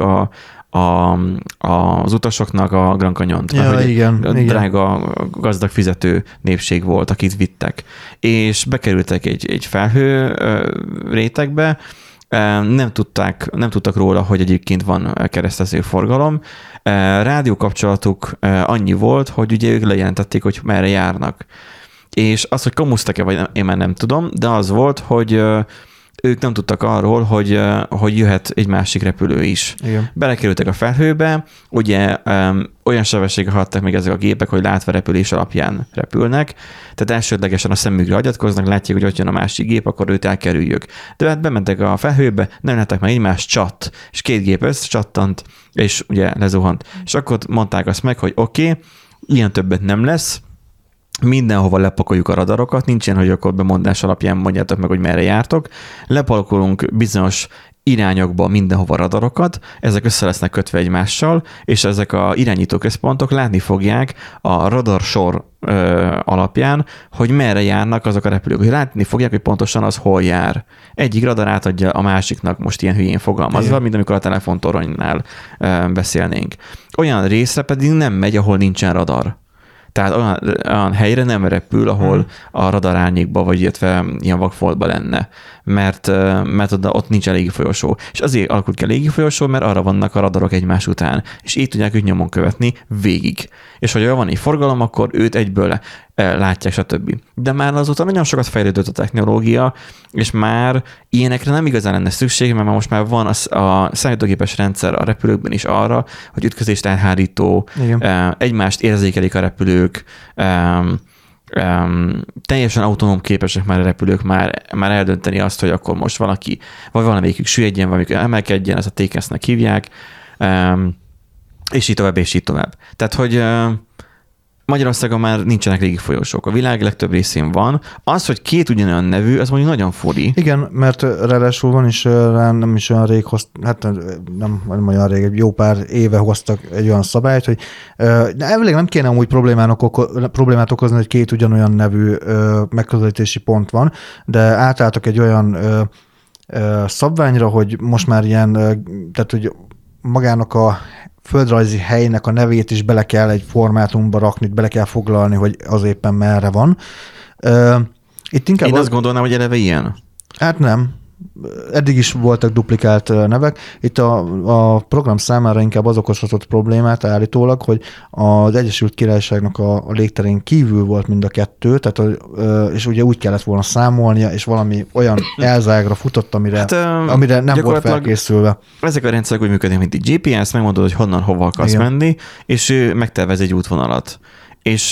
az utasoknak a Grand Canyont. Ja, igen. Drága, gazdag fizető népség volt, akit vittek. És bekerültek egy felhő rétegbe, nem tudtak róla, hogy egyébként van keresztező forgalom. Rádiókapcsolatuk annyi volt, hogy ugye ők lejelentették, hogy merre járnak. És az, hogy kamusztak-e, vagy nem, én már nem tudom, de az volt, hogy ők nem tudtak arról, hogy jöhet egy másik repülő is. Igen. Belekerültek a felhőbe, ugye olyan sebességgel haladtak még ezek a gépek, hogy látva repülés alapján repülnek, tehát elsődlegesen a szemükre hagyatkoznak, látják, hogy ott jön a másik gép, akkor őt elkerüljük. De hát bementek a felhőbe, nem látták meg egymást, csat, és két gép összecsattant, és ugye lezuhant. És akkor mondták azt meg, hogy oké, ilyen többet nem lesz, mindenhova lepakoljuk a radarokat, nincsen, hogy akkor bemondás alapján mondjátok meg, hogy merre jártok. Lepakolunk bizonyos irányokba mindenhova radarokat, ezek össze lesznek kötve egymással, és ezek a irányítóközpontok látni fogják a radarsor alapján, hogy merre járnak azok a repülők. Hogy látni fogják, hogy pontosan az hol jár. Egyik radar átadja a másiknak, most ilyen hülyén fogalmazva, mint amikor a telefontoronynál beszélnénk. Olyan részre pedig nem megy, ahol nincsen radar. Tehát olyan helyre nem repül, ahol a radar árnyékba, vagy illetve ilyen vakfoltban lenne, mert ott nincs elég folyosó. És azért alakult ki a légifolyosó, mert arra vannak a radarok egymás után, és így tudják ők nyomon követni végig. És hogyha van egy forgalom, akkor őt egyből látják, stb. De már azóta nagyon sokat fejlődött a technológia, és már ilyenekre nem igazán lenne szükség, mert most már van a számítógépes rendszer a repülőkben is arra, hogy ütközést elhárító, egymást érzékelik a repülők, teljesen autonóm képesek már a repülők már eldönteni azt, hogy akkor most valaki, vagy valamelyikük süllyedjen, valamelyikük emelkedjen, ezt a TCAS-nek hívják, és így tovább, és így tovább. Tehát, hogy Magyarországon már nincsenek légifolyósok. A világ legtöbb részén van. Az, hogy két ugyanolyan nevű, az mondjuk nagyon furi. Igen, mert ráadásul van is, nem is olyan rég nem olyan rég, egy jó pár éve hoztak egy olyan szabályt, hogy elvileg nem kéne amúgy problémát okozni, hogy két ugyanolyan nevű megközelítési pont van, de átálltak egy olyan szabványra, hogy most már ilyen, tehát hogy magának a földrajzi helynek a nevét is bele kell egy formátumba rakni, bele kell foglalni, hogy az éppen merre van. Itt inkább én azt gondolnám, hogy eleve ilyen. Hát nem. Eddig is voltak duplikált nevek. Itt a program számára inkább az okozhatott problémát állítólag, hogy az Egyesült Királyságnak a légterén kívül volt mind a kettő, tehát és ugye úgy kellett volna számolnia, és valami olyan elzágra futott, amire nem volt felkészülve. Ezek a rendszerek úgy működnek, mint egy GPS, megmondod, hogy honnan, hova akarsz menni, és ő megtervez egy útvonalat. És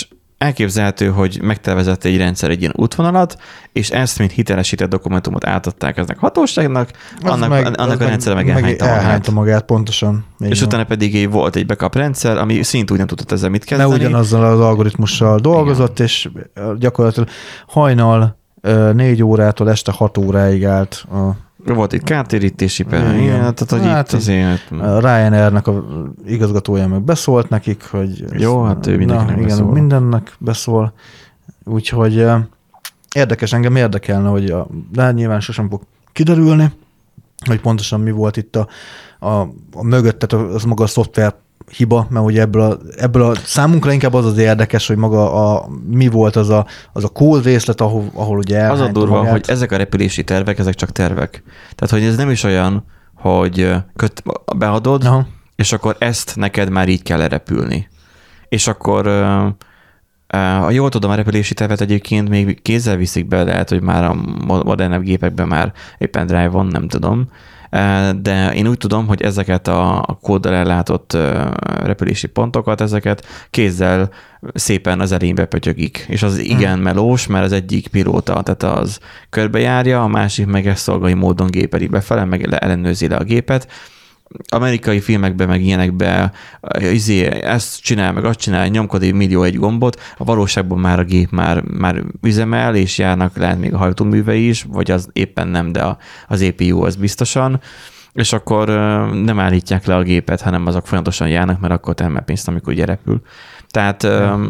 elképzelhető, hogy megtervezett egy rendszer egy ilyen útvonalat, és ezt, mint hitelesített dokumentumot átadták eznek hatóságnak, annak a rendszere meg elhányta magát. Pontosan. És utána pedig volt egy backup rendszer, ami szintúgy nem tudott ezzel mit kezdeni. Ne ugyanazzal az algoritmussal dolgozott, igen. És gyakorlatilag hajnal 4 órától este 6 óráig állt volt itt kártérítési per, igen, tehát hát itt azért... Ryanairnek a igazgatója meg beszólt nekik, hogy... Jó, hát ő mindenkinek beszól. Mindennek beszól. Úgyhogy érdekes, engem érdekelne, hogy de nyilván sosem fog kiderülni, hogy pontosan mi volt itt a mögött, tehát az maga a szoftver hiba, mert ugye ebből a számunkra inkább az érdekes, hogy maga mi volt az a kód részlet, ahol ugye elhányta az a durva, magát. hogy ezek a repülési tervek, ezek csak tervek. Tehát, hogy ez nem is olyan, hogy beadod, aha. És akkor ezt neked már így kell repülni. És akkor ha jól tudom, a repülési tervet egyébként még kézzel viszik be, lehet, hogy már a modernebb gépekben már éppen drive van, nem tudom. De én úgy tudom, hogy ezeket a kóddal ellátott repülési pontokat, ezeket kézzel szépen az elején pötyögik. És az igen melós, mert az egyik pilóta, tehát az körbejárja, a másik meg ezt szolgai módon gépeli befele, meg ellenőrzi le a gépet. Amerikai filmekben, meg ilyenekben ezt csinál, meg azt csinál, nyomkod egy millió egy gombot, a valóságban már a gép már üzemel, és járnak lehet még a hajtóműve is, vagy az éppen nem, de az APU az biztosan, és akkor nem állítják le a gépet, hanem azok folyamatosan járnak, mert akkor termel pénzt, amikor ugye repül. Tehát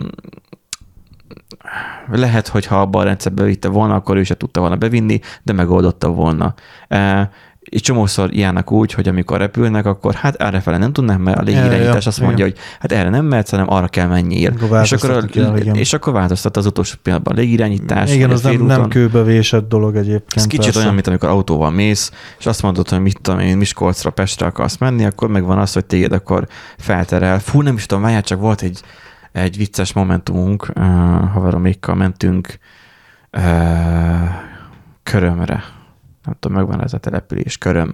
lehet, hogy ha abban a rendszerben vitte volna, akkor ő se tudta volna bevinni, de megoldotta volna. És csomószor járnak úgy, hogy amikor repülnek, akkor hát errefele nem tudnak, mert a légirányítás azt mondja, hogy hát erre nem mehetsz, hanem arra kell menjél. És akkor változtat az utolsó pillanatban a légirányítás. Igen, az nem kőbevésett dolog egyébként. Ez kicsit olyan, mint amikor autóval mész, és azt mondod, hogy mit tudom én, Miskolcra, Pestre akarsz menni, akkor megvan az, hogy téged akkor felterel. Fú, nem is tudom, várjál, csak volt egy vicces momentumunk, haveromékkal mentünk Körömre. Nem tudom, megvan ez a település, Köröm.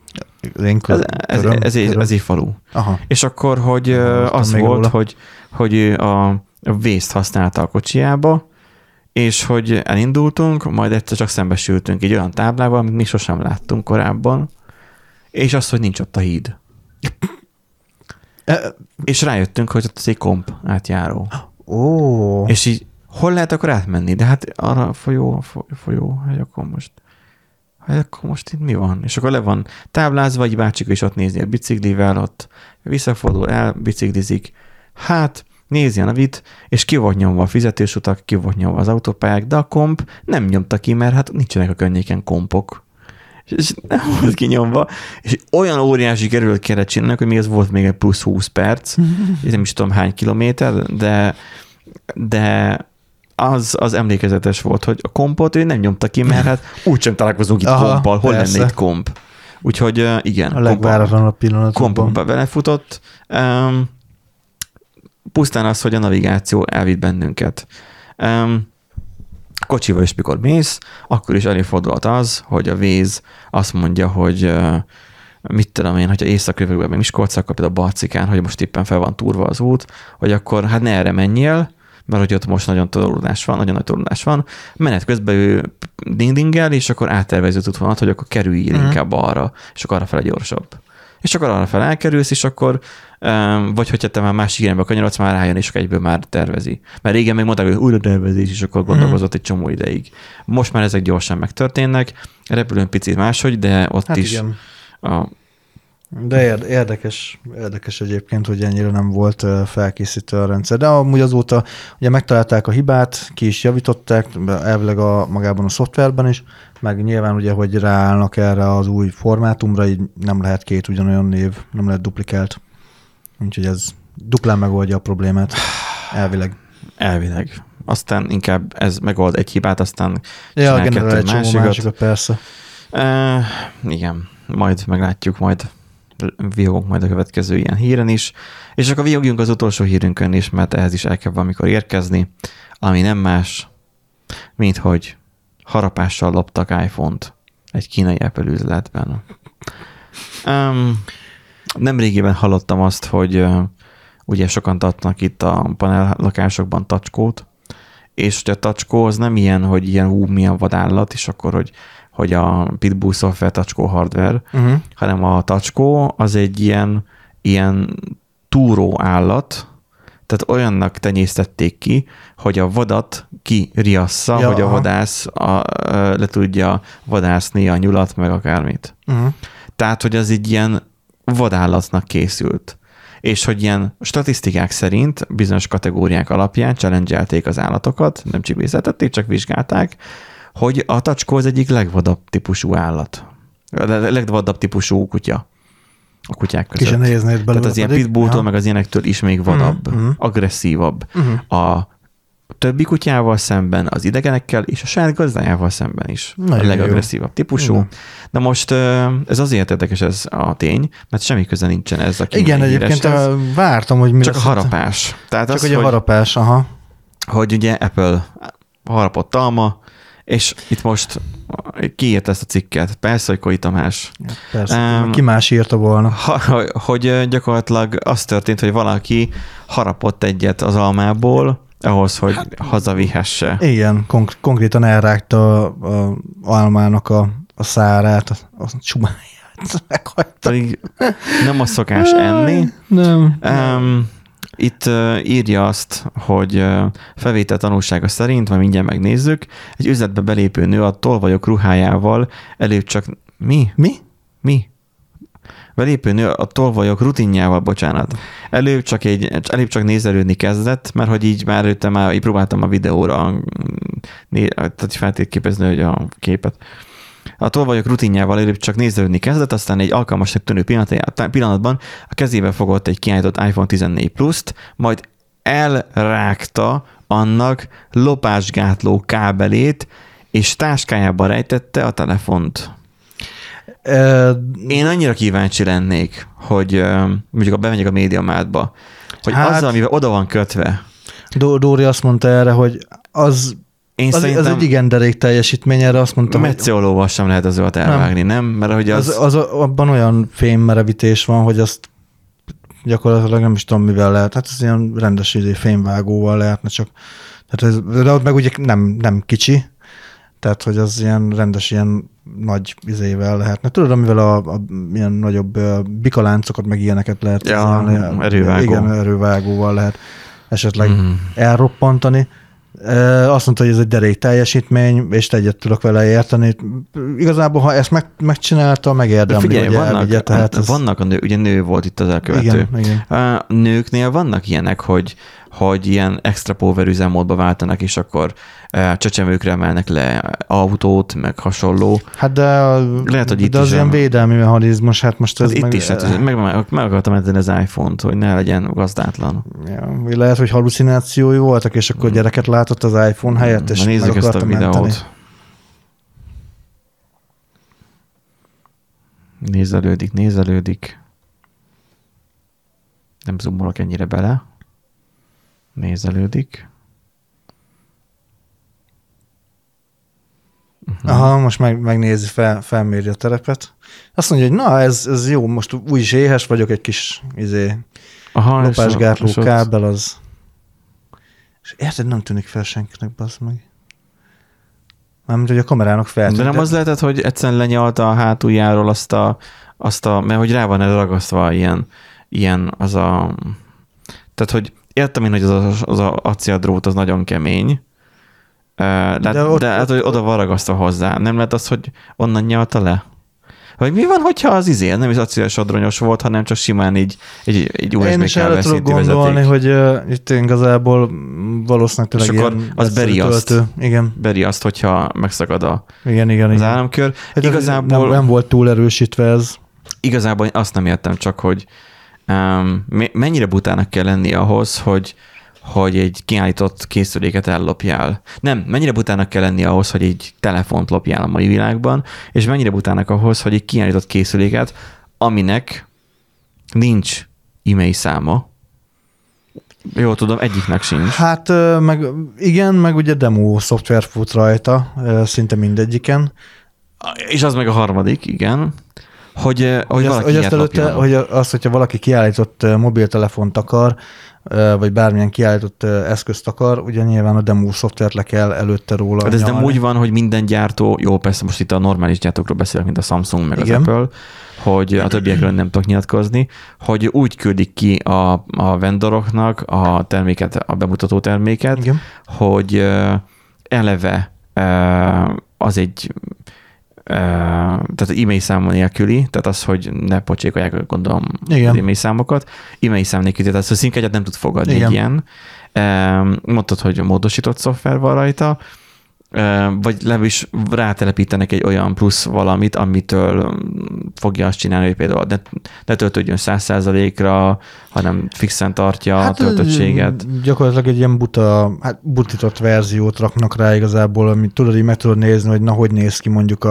Ez egy falu. Aha. És akkor, hogy az volt, hogy a vészt használta a kocsiába, és hogy elindultunk, majd egyszer csak szembesültünk egy olyan táblával, amit mi sosem láttunk korábban, és az, hogy nincs ott a híd. És rájöttünk, hogy ott az egy komp átjáró. Oh. És így, hol lehet akkor átmenni? De hát arra folyó, hogy akkor most itt mi van? És akkor le van táblázva, egy bácsika is ott nézni a biciklivel, ott visszafordul, elbiciklizik. Hát nézi a navit, és ki volt nyomva a fizetősutak, ki volt nyomva az autópályák, de a komp nem nyomta ki, mert hát nincsenek a környéken kompok. És nem volt kinyomva, és olyan óriási kerülőt kellett csinálni, hogy még ez volt még egy plusz 20 perc, és nem is tudom hány kilométer, de az emlékezetes volt, hogy a kompot ő nem nyomta ki, mert hát úgysem találkozunk itt komppal, hol lenne itt komp. Úgyhogy igen. A legváratlanabb pillanatban. Kompba belefutott. Pusztán az, hogy a navigáció elvitt bennünket. Kocsival is mikor mész, akkor is előfordulhat az, hogy a Waze azt mondja, hogy mit tudom én, hogyha észak-jövőben meg Miskolcra, akkor például a Barcikán, hogy most éppen fel van túrva az út, hogy akkor hát ne erre menjél, mert hogy ott most nagyon nagy torlódás van, menet közben ő ding-dingel, és akkor áttervezi az útvonalat, hogy akkor kerüljél inkább arra, és akkor arra fele gyorsabb. És akkor arra fel elkerülsz, és akkor, vagy hogyha te már másik irányba kanyarodsz, már rájön, és akkor egyből már tervezi. Mert régen még mondták, hogy újra tervezés, és akkor gondolkozott egy csomó ideig. Most már ezek gyorsan megtörténnek, repülőn picit máshogy, de ott hát is igen. De érdekes egyébként, hogy ennyire nem volt felkészítő a rendszer. De amúgy azóta ugye megtalálták a hibát, ki is javították, elvileg magában a szoftverben is, meg nyilván ugye, hogy ráállnak erre az új formátumra, így nem lehet két ugyanolyan név, nem lehet duplikált. Úgyhogy ez duplán megoldja a problémát, elvileg. Elvileg. Aztán inkább ez megold egy hibát, aztán generál egy másikat, persze. Igen, majd meglátjuk, majd vihogunk majd a következő ilyen híren is, és akkor vihogjunk az utolsó hírünkön is, mert ehhez is el kell valamikor érkezni, ami nem más, mint hogy harapással loptak iPhone-t egy kínai Apple üzletben. Nemrégiben hallottam azt, hogy ugye sokan tartnak itt a panellakásokban tacskót, és hogy a tacskó az nem ilyen, hogy ilyen milyen vadállat, és akkor, hogy a Pitbull szoftver tacskó hardware, hanem a tacskó az egy ilyen túró állat, tehát olyannak tenyésztették ki, hogy a vadat kiriassza, hogy a vadász le tudja vadászni a nyulat, meg akármit. Tehát, hogy az egy ilyen vadállatnak készült. És hogy ilyen statisztikák szerint bizonyos kategóriák alapján challenge-elték az állatokat, nem csibészeltették, csak vizsgálták, hogy a tacskó az egyik legvadabb típusú állat. A legvadabb típusú kutya a kutyák között. Kicsit nehéz belőle. Tehát az ilyen pitbulltól, meg az ilyenektől is még vadabb, agresszívabb. A többi kutyával szemben, az idegenekkel és a saját gazdájával szemben is. Nagyon a legagresszívabb típusú. De most ez azért érdekes ez a tény, mert semmi köze nincsen ez a kínai. Igen, egyébként vártam, hogy mi csak lesz. A harapás. Tehát csak az, hogy a harapás, aha. Hogy ugye Apple harapott alma, és itt most ki írt ezt a cikket? Persze, hogy Koi Tamás. Persze, ki más írta volna. Hogy gyakorlatilag az történt, hogy valaki harapott egyet az almából, ahhoz, hogy hazavihesse. Igen, konkrétan elrágta a almának a szárát, a csumáját meghagyta. Nem a szokás enni. Nem. Itt írja azt, hogy felvétel tanulsága szerint, majd mindjárt megnézzük, egy üzletbe belépő nő a tolvajok ruhájával előbb csak... Mi? Belépő nő a tolvajok rutinjával, bocsánat. Előbb csak nézelődni kezdett, mert hogy így már előtte így próbáltam a videóra tehát feltérképezni hogy a képet. A tolvajok rutinjával előbb csak nézelődni kezdett, aztán egy alkalmasnak tűnő pillanatban a kezébe fogott egy kiállított iPhone 14 Plus-t, majd elrágta annak lopásgátló kábelét, és táskájába rejtette a telefont. Én annyira kíváncsi lennék, hogy mondjuk bemegyek a MediaMarktba, hogy azzal, amivel oda van kötve. Dóri azt mondta erre, hogy az egy igen derék teljesítmény, erre azt mondta, hogy... Metszolóval sem lehet az olyat elvágni, nem? Mert hogy abban olyan fémmerevítés van, hogy azt gyakorlatilag nem is tudom, mivel lehet. Hát ez ilyen rendes fémvágóval lehetne csak. De ott meg ugye nem kicsi, tehát hogy az ilyen rendes, ilyen nagy izével lehetne. Tudod, amivel a ilyen nagyobb bikaláncokat meg ilyeneket lehet. Erővágó. Igen, erővágóval lehet esetleg elroppantani. Azt mondta, hogy ez egy derék teljesítmény, és egyet tudok vele érteni. Igazából, ha ezt megcsinálta, megérdemli, hogy elvigye. Vannak a nő, ugye nő volt itt az elkövető. Igen. A nőknél vannak ilyenek, hogy ilyen extra power üzemmódba váltanak, és akkor csecsemőkre emelnek le autót, meg hasonló. Hát lehet, hogy itt az ilyen védelmi mechanizmus, hát most ez itt is, meg akartam menteni az iPhone-t, hogy ne legyen gazdátlan. Ja, lehet, hogy halucinációi voltak, és akkor gyereket látott az iPhone helyett, és nézzük ezt a videót. Menteni. Nézelődik. Nem zoomolok ennyire bele. Nézelődik. Aha, most megnézi, felméri a terepet. Azt mondja, hogy na, ez jó, most úgyis éhes vagyok, egy kis lopásgátló kábel az. És érted, nem tűnik fel senkinek, bassz meg. Mármint, hogy a kamerának feltűnt. De nem az lehetett, hogy egyszerűen lenyalta a hátuljáról azt a mert hogy rá van ragasztva ilyen az a... Tehát, hogy értem én, hogy az acéldrót az nagyon kemény, de hát, hogy oda van ragasztva hozzá. Nem lehet az, hogy onnan nyalta le? Vagy mi van, hogyha az nem is acélsodronyos volt, hanem csak simán egy USB én is erre tudok gondolni, hogy itt igazából valószínűleg és akkor az beri azt. Igen. Beri azt, hogyha megszakad az áramkör. Hát igazából nem volt túl erősítve ez. Igazából azt nem értem csak, hogy mennyire butának kell lenni ahhoz, hogy egy kiállított készüléket ellopjál. Nem, mennyire butának kell lenni ahhoz, hogy egy telefont lopjál a mai világban, és mennyire butának ahhoz, hogy egy kiállított készüléket, aminek nincs e-mail száma. Jól tudom, egyiknek sincs. Hát meg ugye demo szoftver fut rajta, szinte mindegyiken. És az meg a harmadik, igen, hogy Hogy valaki ilyet lopjon. hogy hogyha valaki kiállított mobiltelefont akar, vagy bármilyen kiállított eszközt akar, ugye nyilván a demo szoftvert le kell előtte róla. De ez nem nyalni. úgy van, hogy minden gyártó, jó, persze most itt a normális gyártókról beszélek, mint a Samsung meg Igen. az Apple, hogy a többiekről nem tudok nyilatkozni, hogy úgy küldik ki a vendoroknak a terméket, a bemutató terméket, Igen. hogy eleve az egy tehát e-mail szám nélküli, tehát az, hogy ne pocsékolják, gondolom, Igen. az e-mail számokat, e-mail szám nélküli, tehát a SIM-kártyát nem tud fogadni Igen. egy ilyen. Mondtad, hogy módosított szoftver van rajta, vagy legalábbis rátelepítenek egy olyan plusz valamit, amitől fogja azt csinálni, hogy például ne töltődjön 100%-ra, hanem fixen tartja a töltöttséget. Gyakorlatilag egy ilyen butított verziót raknak rá igazából, amit tudod, így meg tudod nézni, hogy na, hogy néz ki mondjuk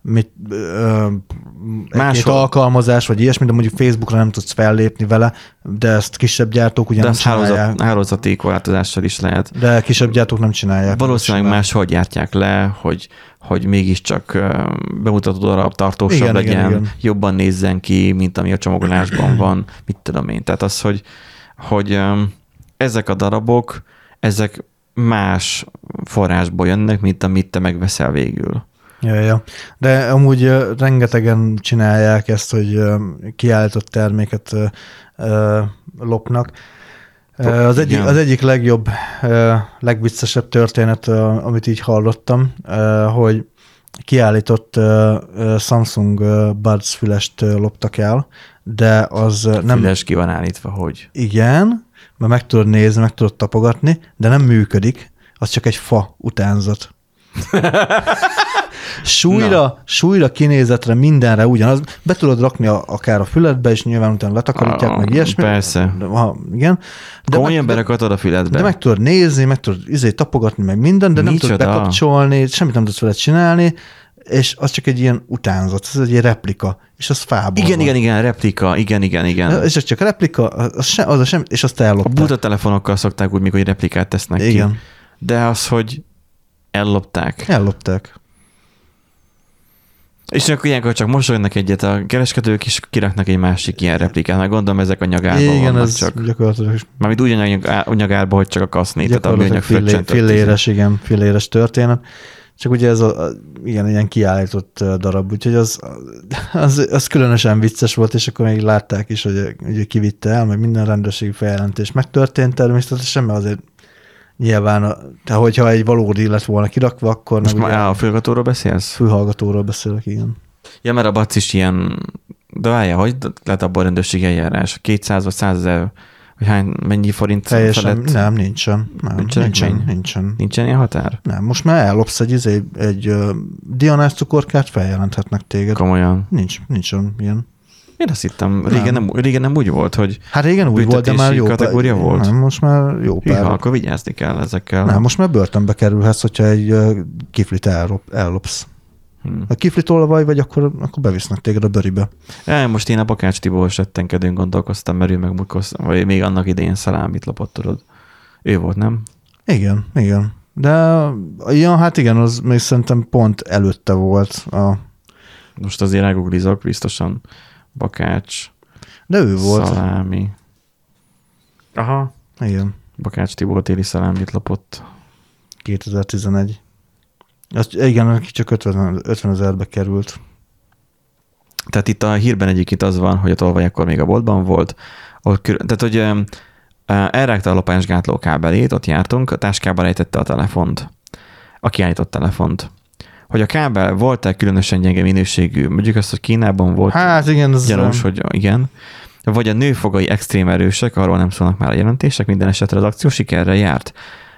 egy alkalmazás, vagy ilyesmi, de mondjuk Facebookra nem tudsz fellépni vele, de ezt kisebb gyártók ugye de nem csinálják. Hálózati korlátozással is lehet. De kisebb gyártók nem csinálják. Valószínűleg máshogy gyártják le, hogy mégiscsak bemutató darab tartósabb legyen, igen. jobban nézzen ki, mint ami a csomagolásban van, mit tudom én. Tehát az, hogy ezek a darabok, ezek más forrásból jönnek, mint amit te megveszel végül. Ja. De amúgy rengetegen csinálják ezt, hogy kiállított terméket lopnak. Az egyik legjobb, legviccesebb történet, amit így hallottam, hogy kiállított Samsung Buds fülest loptak el, de az nem... Füles ki van állítva, hogy? Igen, mert meg tudod nézni, meg tudod tapogatni, de nem működik, az csak egy fa utánzat. Súlyra, kinézetre, mindenre ugyanaz. Be tudod rakni akár a füledbe, és nyilván utána letakarítják, meg ilyesmi. Persze. Igen. Komolyan berakatod a füledbe. De meg tudod nézni, meg tudod tapogatni, meg minden, de nem tudod bekapcsolni, semmit nem tudsz vele csinálni, és az csak egy ilyen utánzat, ez egy replika, és az fából Igen, replika, igen. És ez csak replika, az sem, és azt ellopták. A buta telefonokkal szokták úgy, mikor egy replikát tesznek igen. ki. De az, hogy ellopták. És akkor ilyenkor csak mosolyognak egyet a kereskedők, és kiraknak egy másik ilyen replikát. Meg gondolom, ezek a nyagárban igen, vannak ez csak. Gyakorlatilag. Mármint úgy a nyagárban, hogy csak a kaszni, tehát a műanyag fröccsentött. Filléres történet. Csak ugye ez igen, ilyen kiállított darab, úgyhogy az különösen vicces volt, és akkor még látták is, hogy kivitte el, meg minden rendőrségi feljelentés megtörtént természetesen, mert azért nyilván, hogyha egy valódi lett volna kirakva, akkor... Most már a fülhallgatóról beszélsz? Fülhallgatóról beszélek, igen. Ja, mert a Bac is ilyen, de várjál, hogy lehet abban a rendőrségi eljárás? 200 vagy 100 000, vagy mennyi forint felett? Nem, nincsen. Nincsen. Nincsen ilyen határ? Nem, most már ellopsz egy dianás cukorkát, feljelenthetnek téged. Komolyan? Nincsen ilyen. Én azt hittem, régen nem úgy volt, hogy hát régen úgy volt, de már jó kategória volt. Nem, most már jó pár. Hűha, akkor vigyázni kell ezekkel. Nem, most már börtönbe kerülhetsz, hogyha egy kiflit ellopsz. Ha kiflitolvaj vagy, akkor bevisznek téged a bőribe. Most én a Bakács Tibor rettenkedőn gondolkoztam, mert ő vagy még annak idején szalámit lopott, tudod. Ő volt, nem? Igen. De hát igen, az még szerintem pont előtte volt. Most azért rágooglizok, biztosan Bakács. De ő volt. Szalámi. Aha. Igen. Bakács Tibor téli szalámit lopott. 2011. Igen, csak 50 000-be került. Tehát itt a hírben egyébként az van, hogy a tolvaj akkor még a boltban volt. Tehát, hogy elrágta a lopásgátló kábelét, ott jártunk, a táskába rejtette a telefont. A kiállított telefont. Hogy a kábel volt-e különösen gyenge minőségű? Mondjuk azt, hogy Kínában volt. Hát igen, ez gyanús, hogy igen. Vagy a nőfogai extrém erősek, arról nem szólnak már a jelentések, minden esetre az akció sikerrel járt.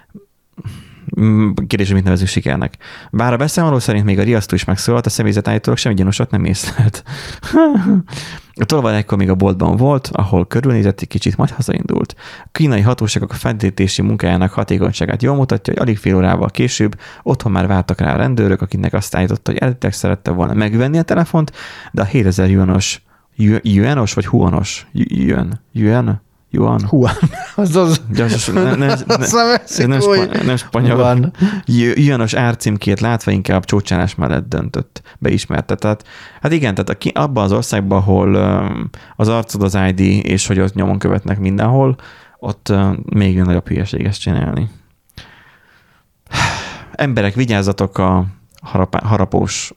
Kérdés, mit nevezünk sikernek. Bár a beszámoló szerint még a riasztó is megszólalt, a személyzet állítólag semmi gyanúsat nem észlelt. A tolvaj ekkor még a boltban volt, ahol körülnézett egy kicsit, majd hazaindult. A kínai hatóságok a felderítési munkájának hatékonyságát jól mutatja, hogy alig fél órával később otthon már vártak rá a rendőrök, akiknek azt állította, hogy eredetileg szerette volna megvenni a telefont, de a 7000 yuanos vagy huanos? Juan. Juan. Az De az nem spanyol. Juanos árcímkét látva inkább csócsálás mellett döntött, beismerte. Tehát, hát igen, tehát abban az országban, ahol az arcod az ID, és hogy ott nyomon követnek mindenhol, ott még nagyobb hülyeséget csinálni. Emberek, vigyázzatok a harapós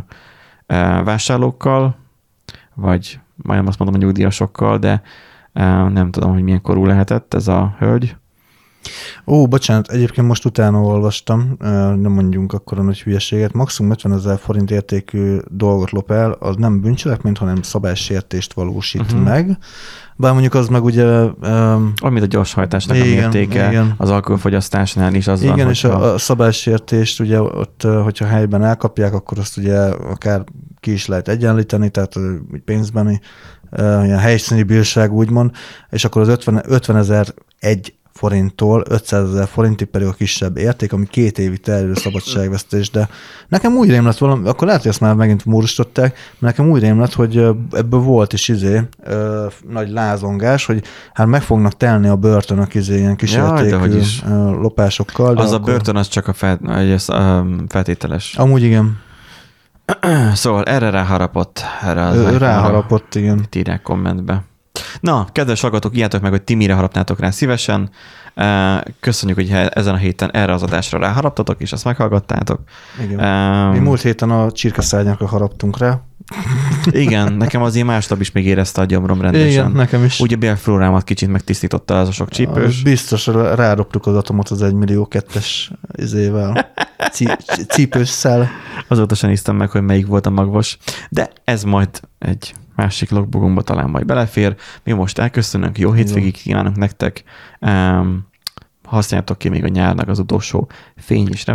vásárlókkal, vagy majdnem azt mondom, a nyugdíjasokkal, de nem tudom, hogy milyen korú lehetett ez a hölgy. Ó, bocsánat, egyébként most utána olvastam, nem mondjunk akkor a nagy hülyeséget, maximum 50 000 forint értékű dolgot lop el, az nem bűncselekményt, hanem szabálysértést valósít meg. Bár mondjuk az meg ugye... Amit a gyorshajtásnak a mértéke, igen. Az alkoholfogyasztásnál is az igen, van. És a szabálysértést ugye ott, hogyha helyben elkapják, akkor azt ugye akár ki is lehet egyenlíteni, tehát pénzbeni ilyen helyszíni bírság úgymond, és akkor az 50 001 forinttól 500 000 forintig pedig a kisebb érték, ami 2 évig terjedő szabadságvesztés, de nekem úgy rém lett valami, akkor lehet, hogy ezt már megint módosították, mert nekem úgy rém lett, hogy ebből volt is nagy lázongás, hogy hát meg fognak telni a börtönök ilyen kísértékű lopásokkal. Az akkor... a börtön az csak a feltételes. Amúgy igen. Szóval erre ráharapott. Ráharapott, igen. Írják kommentbe. Na, kedves hallgatók, írjátok meg, hogy ti mire harapnátok rá szívesen. Köszönjük, hogy ezen a héten erre az adásra ráharaptatok, és azt meghallgattátok. Igen. Mi múlt héten a csirkeszárnyakra haraptunk rá. Igen, nekem az ilyen másnap is még érezte a gyomrom rendesen. Igen, nekem is. Ugye bélflórámat kicsit megtisztította az a sok csípős. Biztos, rádobtuk az atomot az 1 millió 2-es izével. Cipősszel. Azóta sem néztem meg, hogy melyik volt a magvas. De ez majd egy másik logbogomba talán majd belefér. Mi most elköszönünk, jó hétvégig kívánunk nektek. Használjátok ki még a nyárnak az utolsó fény és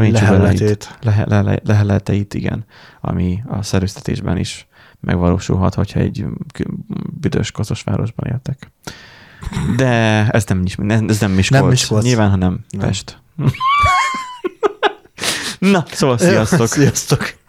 leheleteit, igen, ami a szerőztetésben is megvalósulhat, hogyha egy büdös koszos városban éltek. De ez nem Miskolc. Nyilván, hanem Pest. Na, szóval sziasztok! Sziasztok!